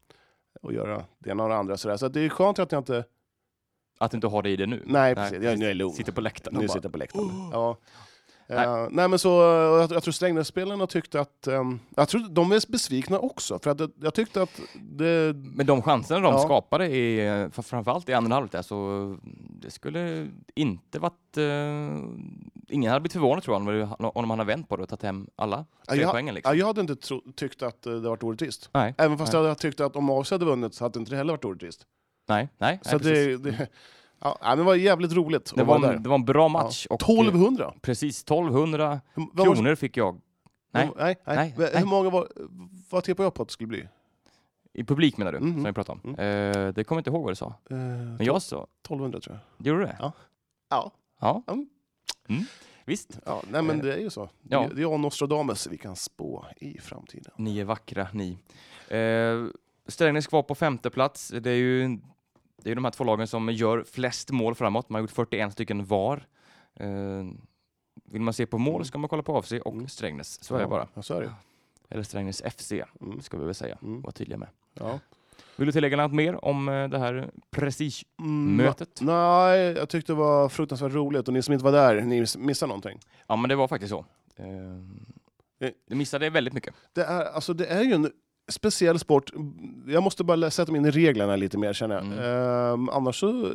och göra det ena och det andra. Sådär. Så det är skönt att jag inte... Att du inte har det i det nu? Nej, precis. Jag, nu är jag lugn. Sitter på läktaren. Nu bara... sitter på läktaren. Oh. Ja. Nej. Uh, nej men så, jag, jag tror Strängnäs-spelarna tyckte att, um, jag tror de är besvikna också, för att jag, jag tyckte att det... Men de chanserna de ja. skapade, i, framförallt i andra halvlek, så det skulle inte varit, uh, ingen hade blivit förvånad tror jag, om de hade vänt på det och tagit hem alla tre ja, poängen. Liksom. Ja, jag hade inte tro, tyckt att det varit orättvist. Nej. Även fast nej. jag hade tyckt att om A F C hade vunnit så hade inte det heller varit orättvist. Nej, nej. Så nej, det, det, ja, men det var jävligt roligt. Det var, en, det var en bra match. Ja. Och, tolvhundra? Precis, tolvhundra Hur, kronor fick jag. Nej, nej, nej. nej, Hur nej. många var, vad tippade jag på att det skulle bli? I publik menar du, Mm-hmm. som vi pratade om. Mm. Uh, det kommer inte ihåg vad du sa. Uh, Men jag sa... tolvhundra tror jag. Gjorde du det? Ja. Ja. Ja. Mm. Mm. Visst. Ja, nej men det är ju så. Ja. Det, det är jag och Nostradamus vi kan spå i framtiden. Ni är vackra, ni. Uh, Strängnäs kvar på femte plats. Det är ju det är de här två lagen som gör flest mål framåt. Man har gjort fyrtioen stycken var. Uh, vill man se på mål ska man kolla på A F C och Mm. Strängnäs. Så ja, är det bara. Ja, så är det. Eller Strängnäs F C, Mm. ska vi väl säga. Mm. Var tydliga med. Ja. Vill du tillägga något mer om uh, det här prestigemötet? Mm, nej, jag tyckte det var fruktansvärt roligt. Och ni som inte var där, ni missade någonting. Ja, men det var faktiskt så. Uh, du missade väldigt mycket. Det är, alltså, det är ju en speciell sport. Jag måste bara sätta mig in i reglerna lite mer, känner jag. Mm. Uh, annars så...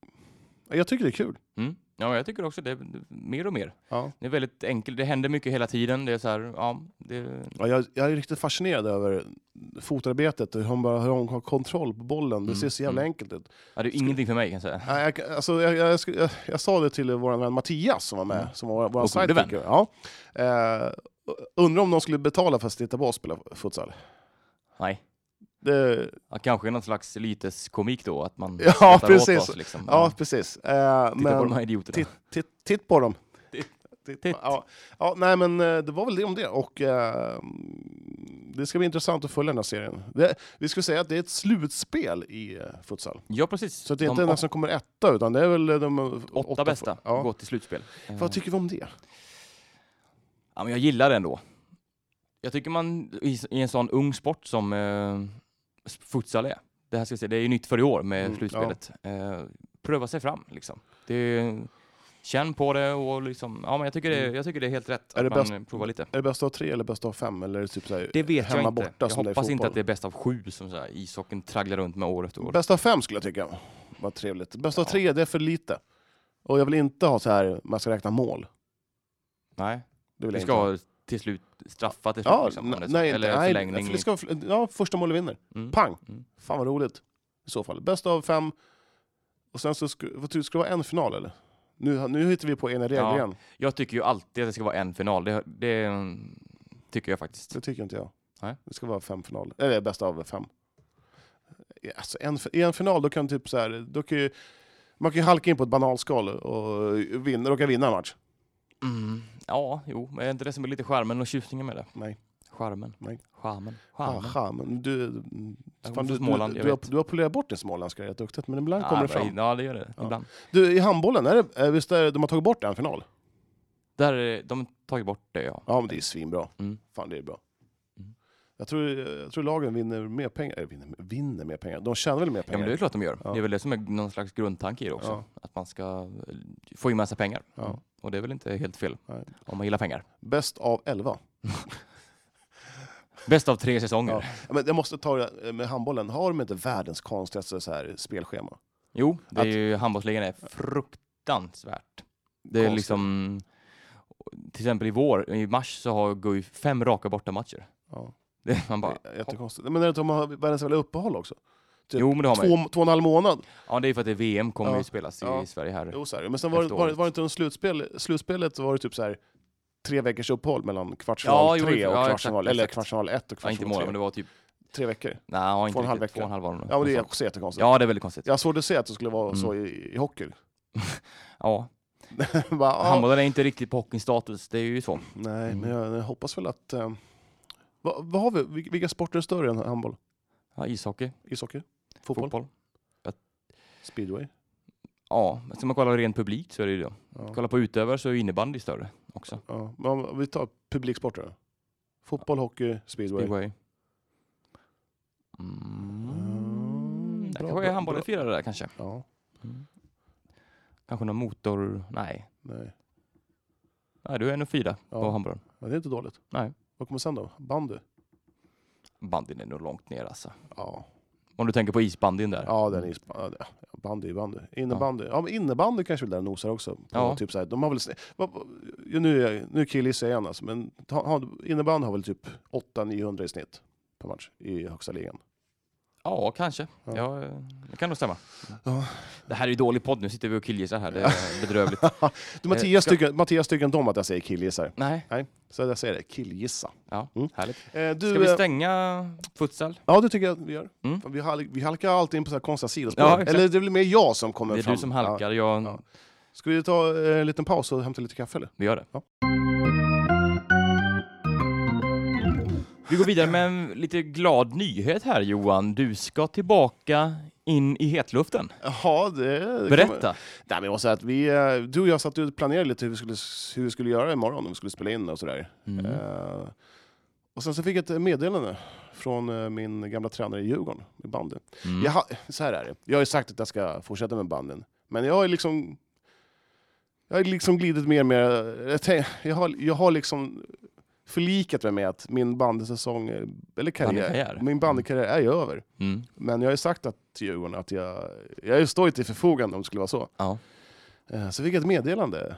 Jag tycker det är kul. Mm. Ja, jag tycker också det är mer och mer. Ja. Det är väldigt enkelt. Det händer mycket hela tiden. Det är så här, ja, det... Ja, jag, jag är riktigt fascinerad över fotarbetet och hur hon, bara, hur hon har kontroll på bollen. Det Mm. ser så jävla Mm. enkelt ut. Ja, det är ingenting för mig kan jag säga. Ja, jag, alltså, jag, jag, jag, jag sa det till vår vän Mattias som var med, Mm. som var vår Och gode sidekicker. Ja. Uh, undrar om de skulle betala för att titta på oss spela futsal. Nej. Det... Ja, kanske någon slags lyteskomik då, att man Ja, skrattar precis. åt oss. Liksom. Ja, Ja. precis. Uh, Titta men... på de här idioterna. Titt, titt, titt på dem. Titt. Titt. Titt. Ja, ja, nej men eh, det var väl det om det. Och uh, det ska bli intressant att följa den här serien. Det, vi skulle säga att det är ett slutspel i uh, futsal. Ja, precis. Så det är inte de den som kommer etta, utan det är väl de åtta, åtta bästa ja. går till slutspel. Vad tycker vi om det? Ja, men jag gillar det ändå. Jag tycker man i, i en sån ung sport som uh, futsal är. Det här ska jag säga, det är ju nytt för i år med Mm, slutspelet. Uh, pröva sig fram liksom. Det Känn på det och liksom, ja men jag tycker det, jag tycker det är helt rätt Är att det man bäst- provar lite. Är det bäst av tre eller bäst av fem? Eller är det typ så här Det vet hemma jag inte. borta Jag som det är i hoppas inte fotboll? att det är bäst av sju som så här, ishockeyn tragglar runt med år efter år. Bäst av fem skulle jag tycka var trevligt. Bäst av tre, det är för lite. Och jag vill inte ha så här, man ska räkna mål. Nej, Det vill vi jag ska inte till slut straffa till slut. ha. Ja, liksom, om det är så. nej, Eller nej, förlängning. för det ska, ja, första målet vinner. Mm. Pang! Mm. Fan vad roligt. I så fall. Bäst av fem. Och sen så skulle, vad tror du, ska det vara en final eller? Nu, nu hittar vi på en regel Ja. igen. Jag tycker ju alltid att det ska vara en final. Det, det tycker jag faktiskt. Det tycker inte jag. Nej. Det ska vara fem finaler. Eller bäst av fem. Alltså, en, I en final då kan typ så här, då kan ju, man kan ju halka in på ett banalskal och vinna, råka vinna en match. Mm. Ja, jo, men är inte det som är lite charmen och tjusningen med det? Nej. Charmen. Nej. Charmen. Ah, Charmen. charmen. Du, Jag fan, kommer du, från Småland, du, jag du, har, vet. du har polerat bort din småländska rätt duktigt, men ibland kommer det Ja, fram. Ja, det gör det. Ja. Ibland. Du, i handbollen, är det, är, visst är det, de har tagit bort en final? Där är, de har tagit bort det, ja. Ja, men det är svinbra. Mm. Fan, det är bra. Mm. Jag tror, jag tror lagen vinner mer pengar. Eller vinner, vinner mer pengar. De tjänar väl mer Ja, pengar? men det är klart de gör. Ja. Det är väl det som är någon slags grundtanke i det också. Ja. Att man ska få in massa pengar. Ja. Och det är väl inte helt fel Nej. om man gillar pengar. Bäst av elva. Bäst av tre säsonger. Ja. Men jag måste ta det med handbollen. Har de inte världens konstigaste så här spelschema? Jo, det är Att- ju, handbollsligan är fruktansvärt. Det är Konstigt. liksom, till exempel i vår, i mars så har Guif fem raka bortamatcher. Ja. Det, man bara, Det är jättekonstigt. Men är det att de har världens jävla uppehåll också? Typ jo, men det har man ju. två, två och en halv månad. Ja, det är för att det är V M kommer Ja. ju spelas i Ja. Sverige här. Jo, så här. Men sen var, det- Efter var, det- året. var det inte en slutspel? Slutspelet var det typ så här tre veckors uppehåll mellan kvartsfinal Ja, jo, tre och ja, kvartsfinal, exakt, eller exakt. kvartsfinal ett och Ja, inte kvartsfinal månader, tre. men det var typ, Tre veckor. nej, inte Två och en halv riktigt, vecka. två och en halv var det nog. Ja, men det är Något också jättekonstigt. sånt. Ja, det är väldigt konstigt. Jag såg det se att det skulle vara Mm. så i, i hockey. Ja, Bara, ja, handbollen är inte riktigt på hockeystatus, det är ju så. nej, Mm. men jag, jag hoppas väl att... Eh, vad, vad har vi? Vil- Vilka sporter är större än handboll? Ja, ishockey, Ishockey? Fotboll? fotboll. Speedway? Ja, ska man kolla ren publik så är det ju det. Ja. Kolla på utövare så är innebandy större också. Ja. Men om vi tar publiksporter då? Fotboll, hockey, speedway. Speedway. Mm. Mm, det kanske är handbollen firar det där kanske. Ja. Mm. Kanske någon motor... Nej. Nej. Nej, du är nog fyra ja. på handbollen. Ja, det är inte dåligt. Nej. Vad kommer sen då? Bandy? Bandyn är nog långt ner alltså. Ja. Om du tänker på isbandyn där. Ja, den är isbandy. Ja, bandy, bandy. Innebandy. Ja, ja men innebandy kanske väl där nosar också. På Ja. Typ så här, de har väl... Vad, nu är nu killgissar jag igen alltså, men ha, innebandy har väl typ åtta niohundra i snitt per match i högsta ligan. Ja, kanske. Ja. Ja, det kan nog stämma. Ja. Det här är ju dålig podd. Nu sitter vi och killgissar här. Det är bedrövligt. du, Mattias, Ska- tycker, Mattias tycker inte om att jag säger killgissar. Nej. Nej, så jag säger det. Killgissa. Ja, Mm. härligt. Eh, du, Ska vi eh, stänga futsal? Ja, det tycker jag att vi gör. Mm. Vi, halk, vi halkar alltid in på så här konstiga sidospår. Ja, exakt. Eller det blir mer jag som kommer Det är fram. du som halkar. Ja. Jag... Ja. Ska vi ta eh, en liten paus och hämta lite kaffe eller? Vi gör det. Ja. Vi går vidare med en lite glad nyhet här, Johan. Du ska tillbaka in i hetluften. Jaha, det... Berätta. Nej, men jag måste säga att vi, eh, du och jag satt och planerade lite hur vi skulle, hur vi skulle göra imorgon om vi skulle spela in och sådär. Mm. Eh, och sen så fick jag ett meddelande från eh, min gamla tränare i Djurgården med bandy. Mm. Jag ha, så här är det. Jag har ju sagt att jag ska fortsätta med banden. Men jag har liksom... Jag har liksom glidit mer med... Jag, tänk, jag, har, jag har liksom förlikat mig med att min bandysäsong, eller karriär, Bandykarriär. min bandykarriär är ju över. Mm. Men jag har ju sagt att till Djurgården att jag, jag står ju till förfogande om det skulle vara så. Ja. Eh, Så fick jag ett meddelande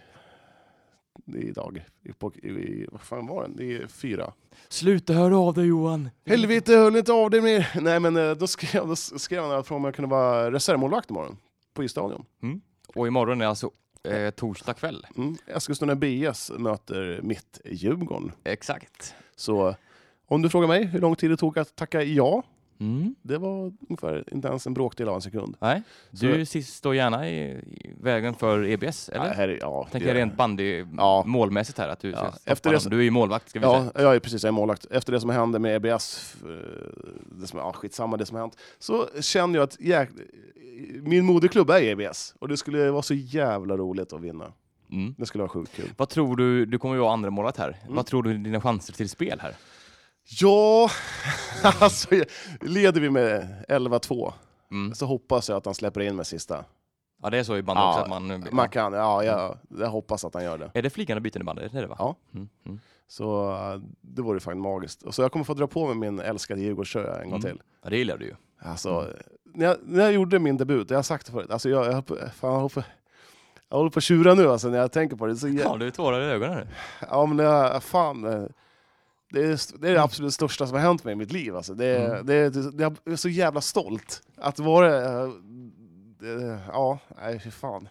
idag. I, på, i, i, vad fan var den? Det är fyra. Sluta höra av dig, Johan. Helvete, höll inte av dig mer. Nej, men eh, då skrev, då skrev han att om jag kunde vara reservmålvakt imorgon på isstadion. Mm. Och imorgon är alltså eh, torsdag kväll. Mm. Eskilstuna B S möter mitt Djurgården. Exakt. Så om du frågar mig hur lång tid det tog att tacka ja, Mm. det var ungefär inte ens en bråkdel av en sekund. Nej, du så... står gärna i, i vägen för E B S, eller? Ja, här är, ja, Tänker det... rent bandy Ja. målmässigt här, att du Ja, ska efter det så... Du är ju målvakt, ska vi ja, säga. jag är precis, jag är målvakt. Efter det som hände med E B S, det som, ja, skitsamma det som har hänt, så känner jag att jäk... min moderklubb är E B S och det skulle vara så jävla roligt att vinna. Mm. Det skulle vara sjukt kul. Vad tror du, du kommer ju vara andra målet här. Mm. Vad tror du är dina chanser till spel här? Ja, alltså leder vi med elva två Mm. så hoppas jag att han släpper in med sista. Ja, det är så i bandy Ja, också att man... Man kan, ja, jag, jag hoppas att han gör det. Är det flygande byten i bandy? Det är det, va? Ja. Mm. Mm. Så uh, det vore fan magiskt. Och så jag kommer få dra på med min älskade Djurgårdströja en gång Mm. till. Ja, det gillar du ju. Alltså, Mm. när, jag, när jag gjorde min debut, jag har sagt det förut, alltså jag, jag, fan, jag, håller på, jag håller på att tjura nu alltså, när jag tänker på det. Så jag, Ja, du är tårar i ögonen nu. ja, men jag, fan, eh, det är, det är det absolut största som har hänt mig i mitt liv. Alltså. Det, är, Mm. det, är, det, jag är så jävla stolt att vara... eh, det, ja, nej för fan.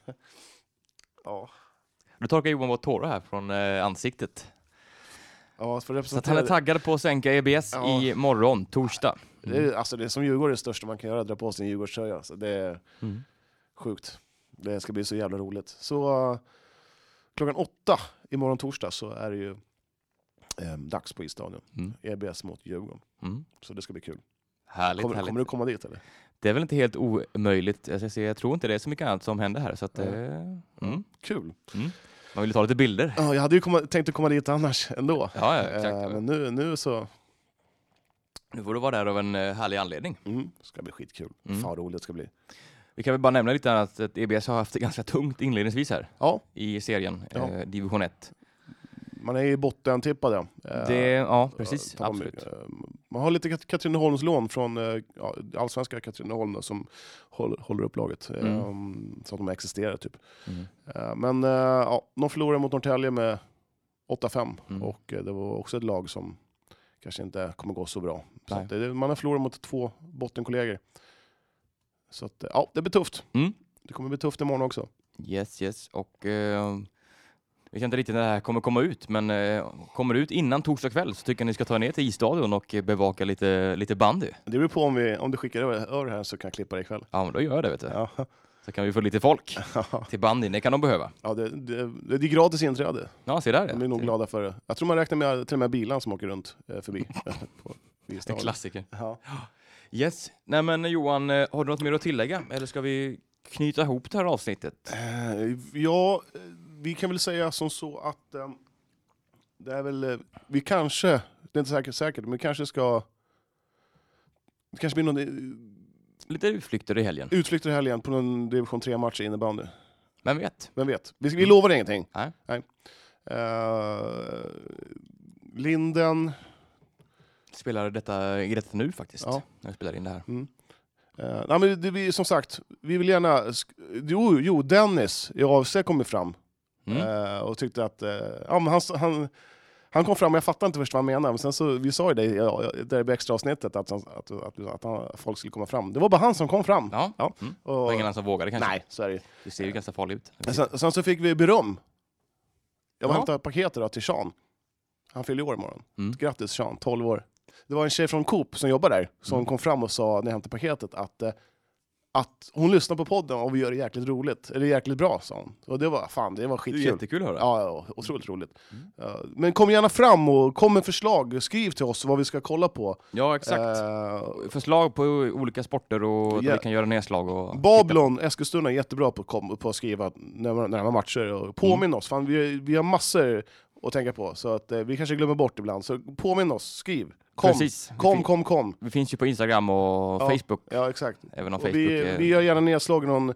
Ja. Du torkar Johan vårt tårar här från eh, ansiktet. Ja, för Så att representera, han är taggad på att sänka E B S Ja. i morgon, torsdag. det, är, alltså, det är som Djurgården är det största man kan göra, dra på sig en Djurgårdströja. Så det är Mm. sjukt. Det ska bli så jävla roligt. Så uh, klockan åtta imorgon torsdag så är det ju um, dags på isstadion. Mm. E B S mot Djurgården. Mm. Så det ska bli kul. Härligt, Kommer, härligt. kommer du komma dit eller? Det är väl inte helt omöjligt. Jag, ska säga, jag tror inte det är så mycket annat som händer här. Så att, Ja. eh, mm. Kul. Mm. Man vill ta lite bilder. Ja, jag hade ju komma, tänkt att komma dit annars ändå. Ja, ja, exakt. Eh, men nu, nu så Nu får du vara där av en eh, härlig anledning. mm, ska bli skitkul. Mm. Fan roligt det ska bli. Vi kan väl bara nämna lite att att E B S har haft det ganska tungt inledningsvis här Ja, i serien, Ja. eh, division ett. man är i botten tippad. Ja. Eh, Det, ja, precis. tar man- Absolut. eh, Man har lite Kat- Katrineholmslån från eh, ja, allsvenska Katrineholm då, som håller, håller upp laget. eh, Mm. Så att de existerar typ. Mm. Eh, Men eh, ja, de förlorade mot Norrtälje med åtta fem. Mm. Och eh, det var också ett lag som kanske inte kommer gå så bra. Så Nej. att det, man har förlorat mot två bottenkollegor. Så att, eh, ja, det blir tufft. Mm. Det kommer bli tufft imorgon också. Yes, yes. Och eh, vi vet inte riktigt när det här kommer komma ut, men eh, kommer det ut innan torsdag kväll så tycker jag ni ska ta ner till isstadion och eh, bevaka lite, lite bandy. Det beror på om, vi, om du skickar över, över det här så kan jag klippa det ikväll. Ja, men då gör jag det, vet du. Ja, Så kan vi få lite folk till bandyn. Det kan de behöva. ja det, det, det är gratis inträde. Ja, se där. De är nog ja. glada för det. Jag tror man räknar med till och med bilarna som åker runt eh, förbi. på, vid En stadion. klassiker. Ja. Yes. Nej, men Johan, eh, har du något mer att tillägga? Eller ska vi knyta ihop det här avsnittet? Eh, ja, eh, vi kan väl säga som så att eh, det är väl, eh, vi kanske, det är inte säkert, säkert men vi kanske ska, det kanske blir någon, eh, lite utflykter i helgen. Utflykter i helgen på någon division tre-match i innebandy. Vem vet? Vem vet? Vi, vi lovar ingenting. Nej. Nej. Uh, Linden... Spelar detta i detta nu faktiskt. Ja. När jag spelar in det här. Mm. Uh, nej, men det, vi, som sagt, vi vill gärna... Jo, jo Dennis i A F C kom fram. Mm. Uh, och tyckte att... Uh, ja, men han, han, han kom fram, jag fattar inte först vad han menar. Men sen så, vi sa ju det ja, där i extra avsnittet att, att, att, att, att han, folk skulle komma fram. Det var bara han som kom fram. Ja. Ja. Mm. Och, och ingen annan som vågade kanske. Nej, så är det. Det ser ju ganska farligt ut. Sen, sen så fick vi beröm. Jag var ja. hämtade paketet då till Sean. Han fyller år imorgon. Mm. Grattis Sean, tolv år. Det var en tjej från Coop som jobbar där som mm. kom fram och sa när jag hämtade paketet att, eh, att hon lyssnar på podden och vi gör det jäkligt roligt. Eller jäkligt bra, sa hon. Och det var, fan, det var skitkul. Det är jättekul att höra. Ja, otroligt roligt. Mm. Uh, men kom gärna fram och kom med förslag. Skriv till oss vad vi ska kolla på. Ja, exakt. Uh, förslag på olika sporter och yeah. vi kan göra nedslag. Och Babylon, Eskilstuna är jättebra på, kom, på att skriva när man har matcher. Och påminn mm. oss. Fan, vi, vi har massor att tänka på. Så att eh, vi kanske glömmer bort ibland. Så påminn oss, skriv. Kom, Precis. kom, kom, kom. Vi finns ju på Instagram och ja, Facebook. Ja, exakt. Även om och Facebook vi, är... vi gör gärna nedslag någon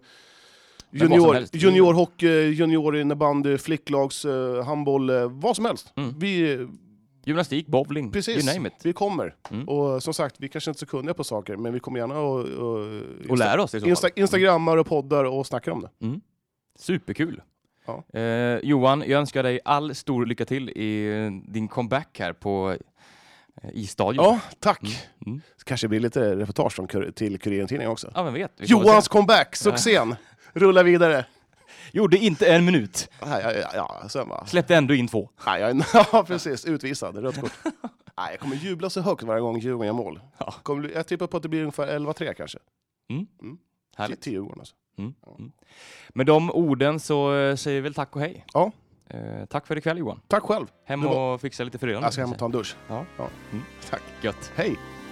junior, junior hockey, junior innebandy, flicklags, uh, handboll, uh, vad som helst. Mm. Vi, Gymnastik, bowling, precis, you name it. Vi kommer. Mm. Och som sagt, vi kanske inte är så kunniga på saker, men vi kommer gärna och, och, och lära oss i så fall. Insta- Instagrammar och poddar och snackar om det. Mm. Superkul. Ja. Eh, Johan, jag önskar dig all stor lycka till i din comeback här på eh, i stadion. Ja, tack. Mm. Mm. Kanske blir lite reportage från kur- till Kuriren-tidningen också. Ja, men vet. Johans comeback, succén. Rulla vidare. Gjorde inte en minut. Ja, ja, ja, ja, sen va. Släppte ändå in två. Ja, ja, ja precis. Utvisad. Rött kort. Nej, jag kommer jubla så högt varje gång Djurgården gör mål. Ja. Kommer, jag tippar på att det blir ungefär elva tre kanske. Mm. Mm. Härligt. Till Djurgården alltså. Mm. Mm. Med de orden så säger vi väl tack och hej. Ja. Eh, tack för ikväll Johan. Tack själv. Hem och var... fixa lite för redan. Jag ska hem och ta en dusch. Ja. Ja. Mm. Tack. Gött. Hej.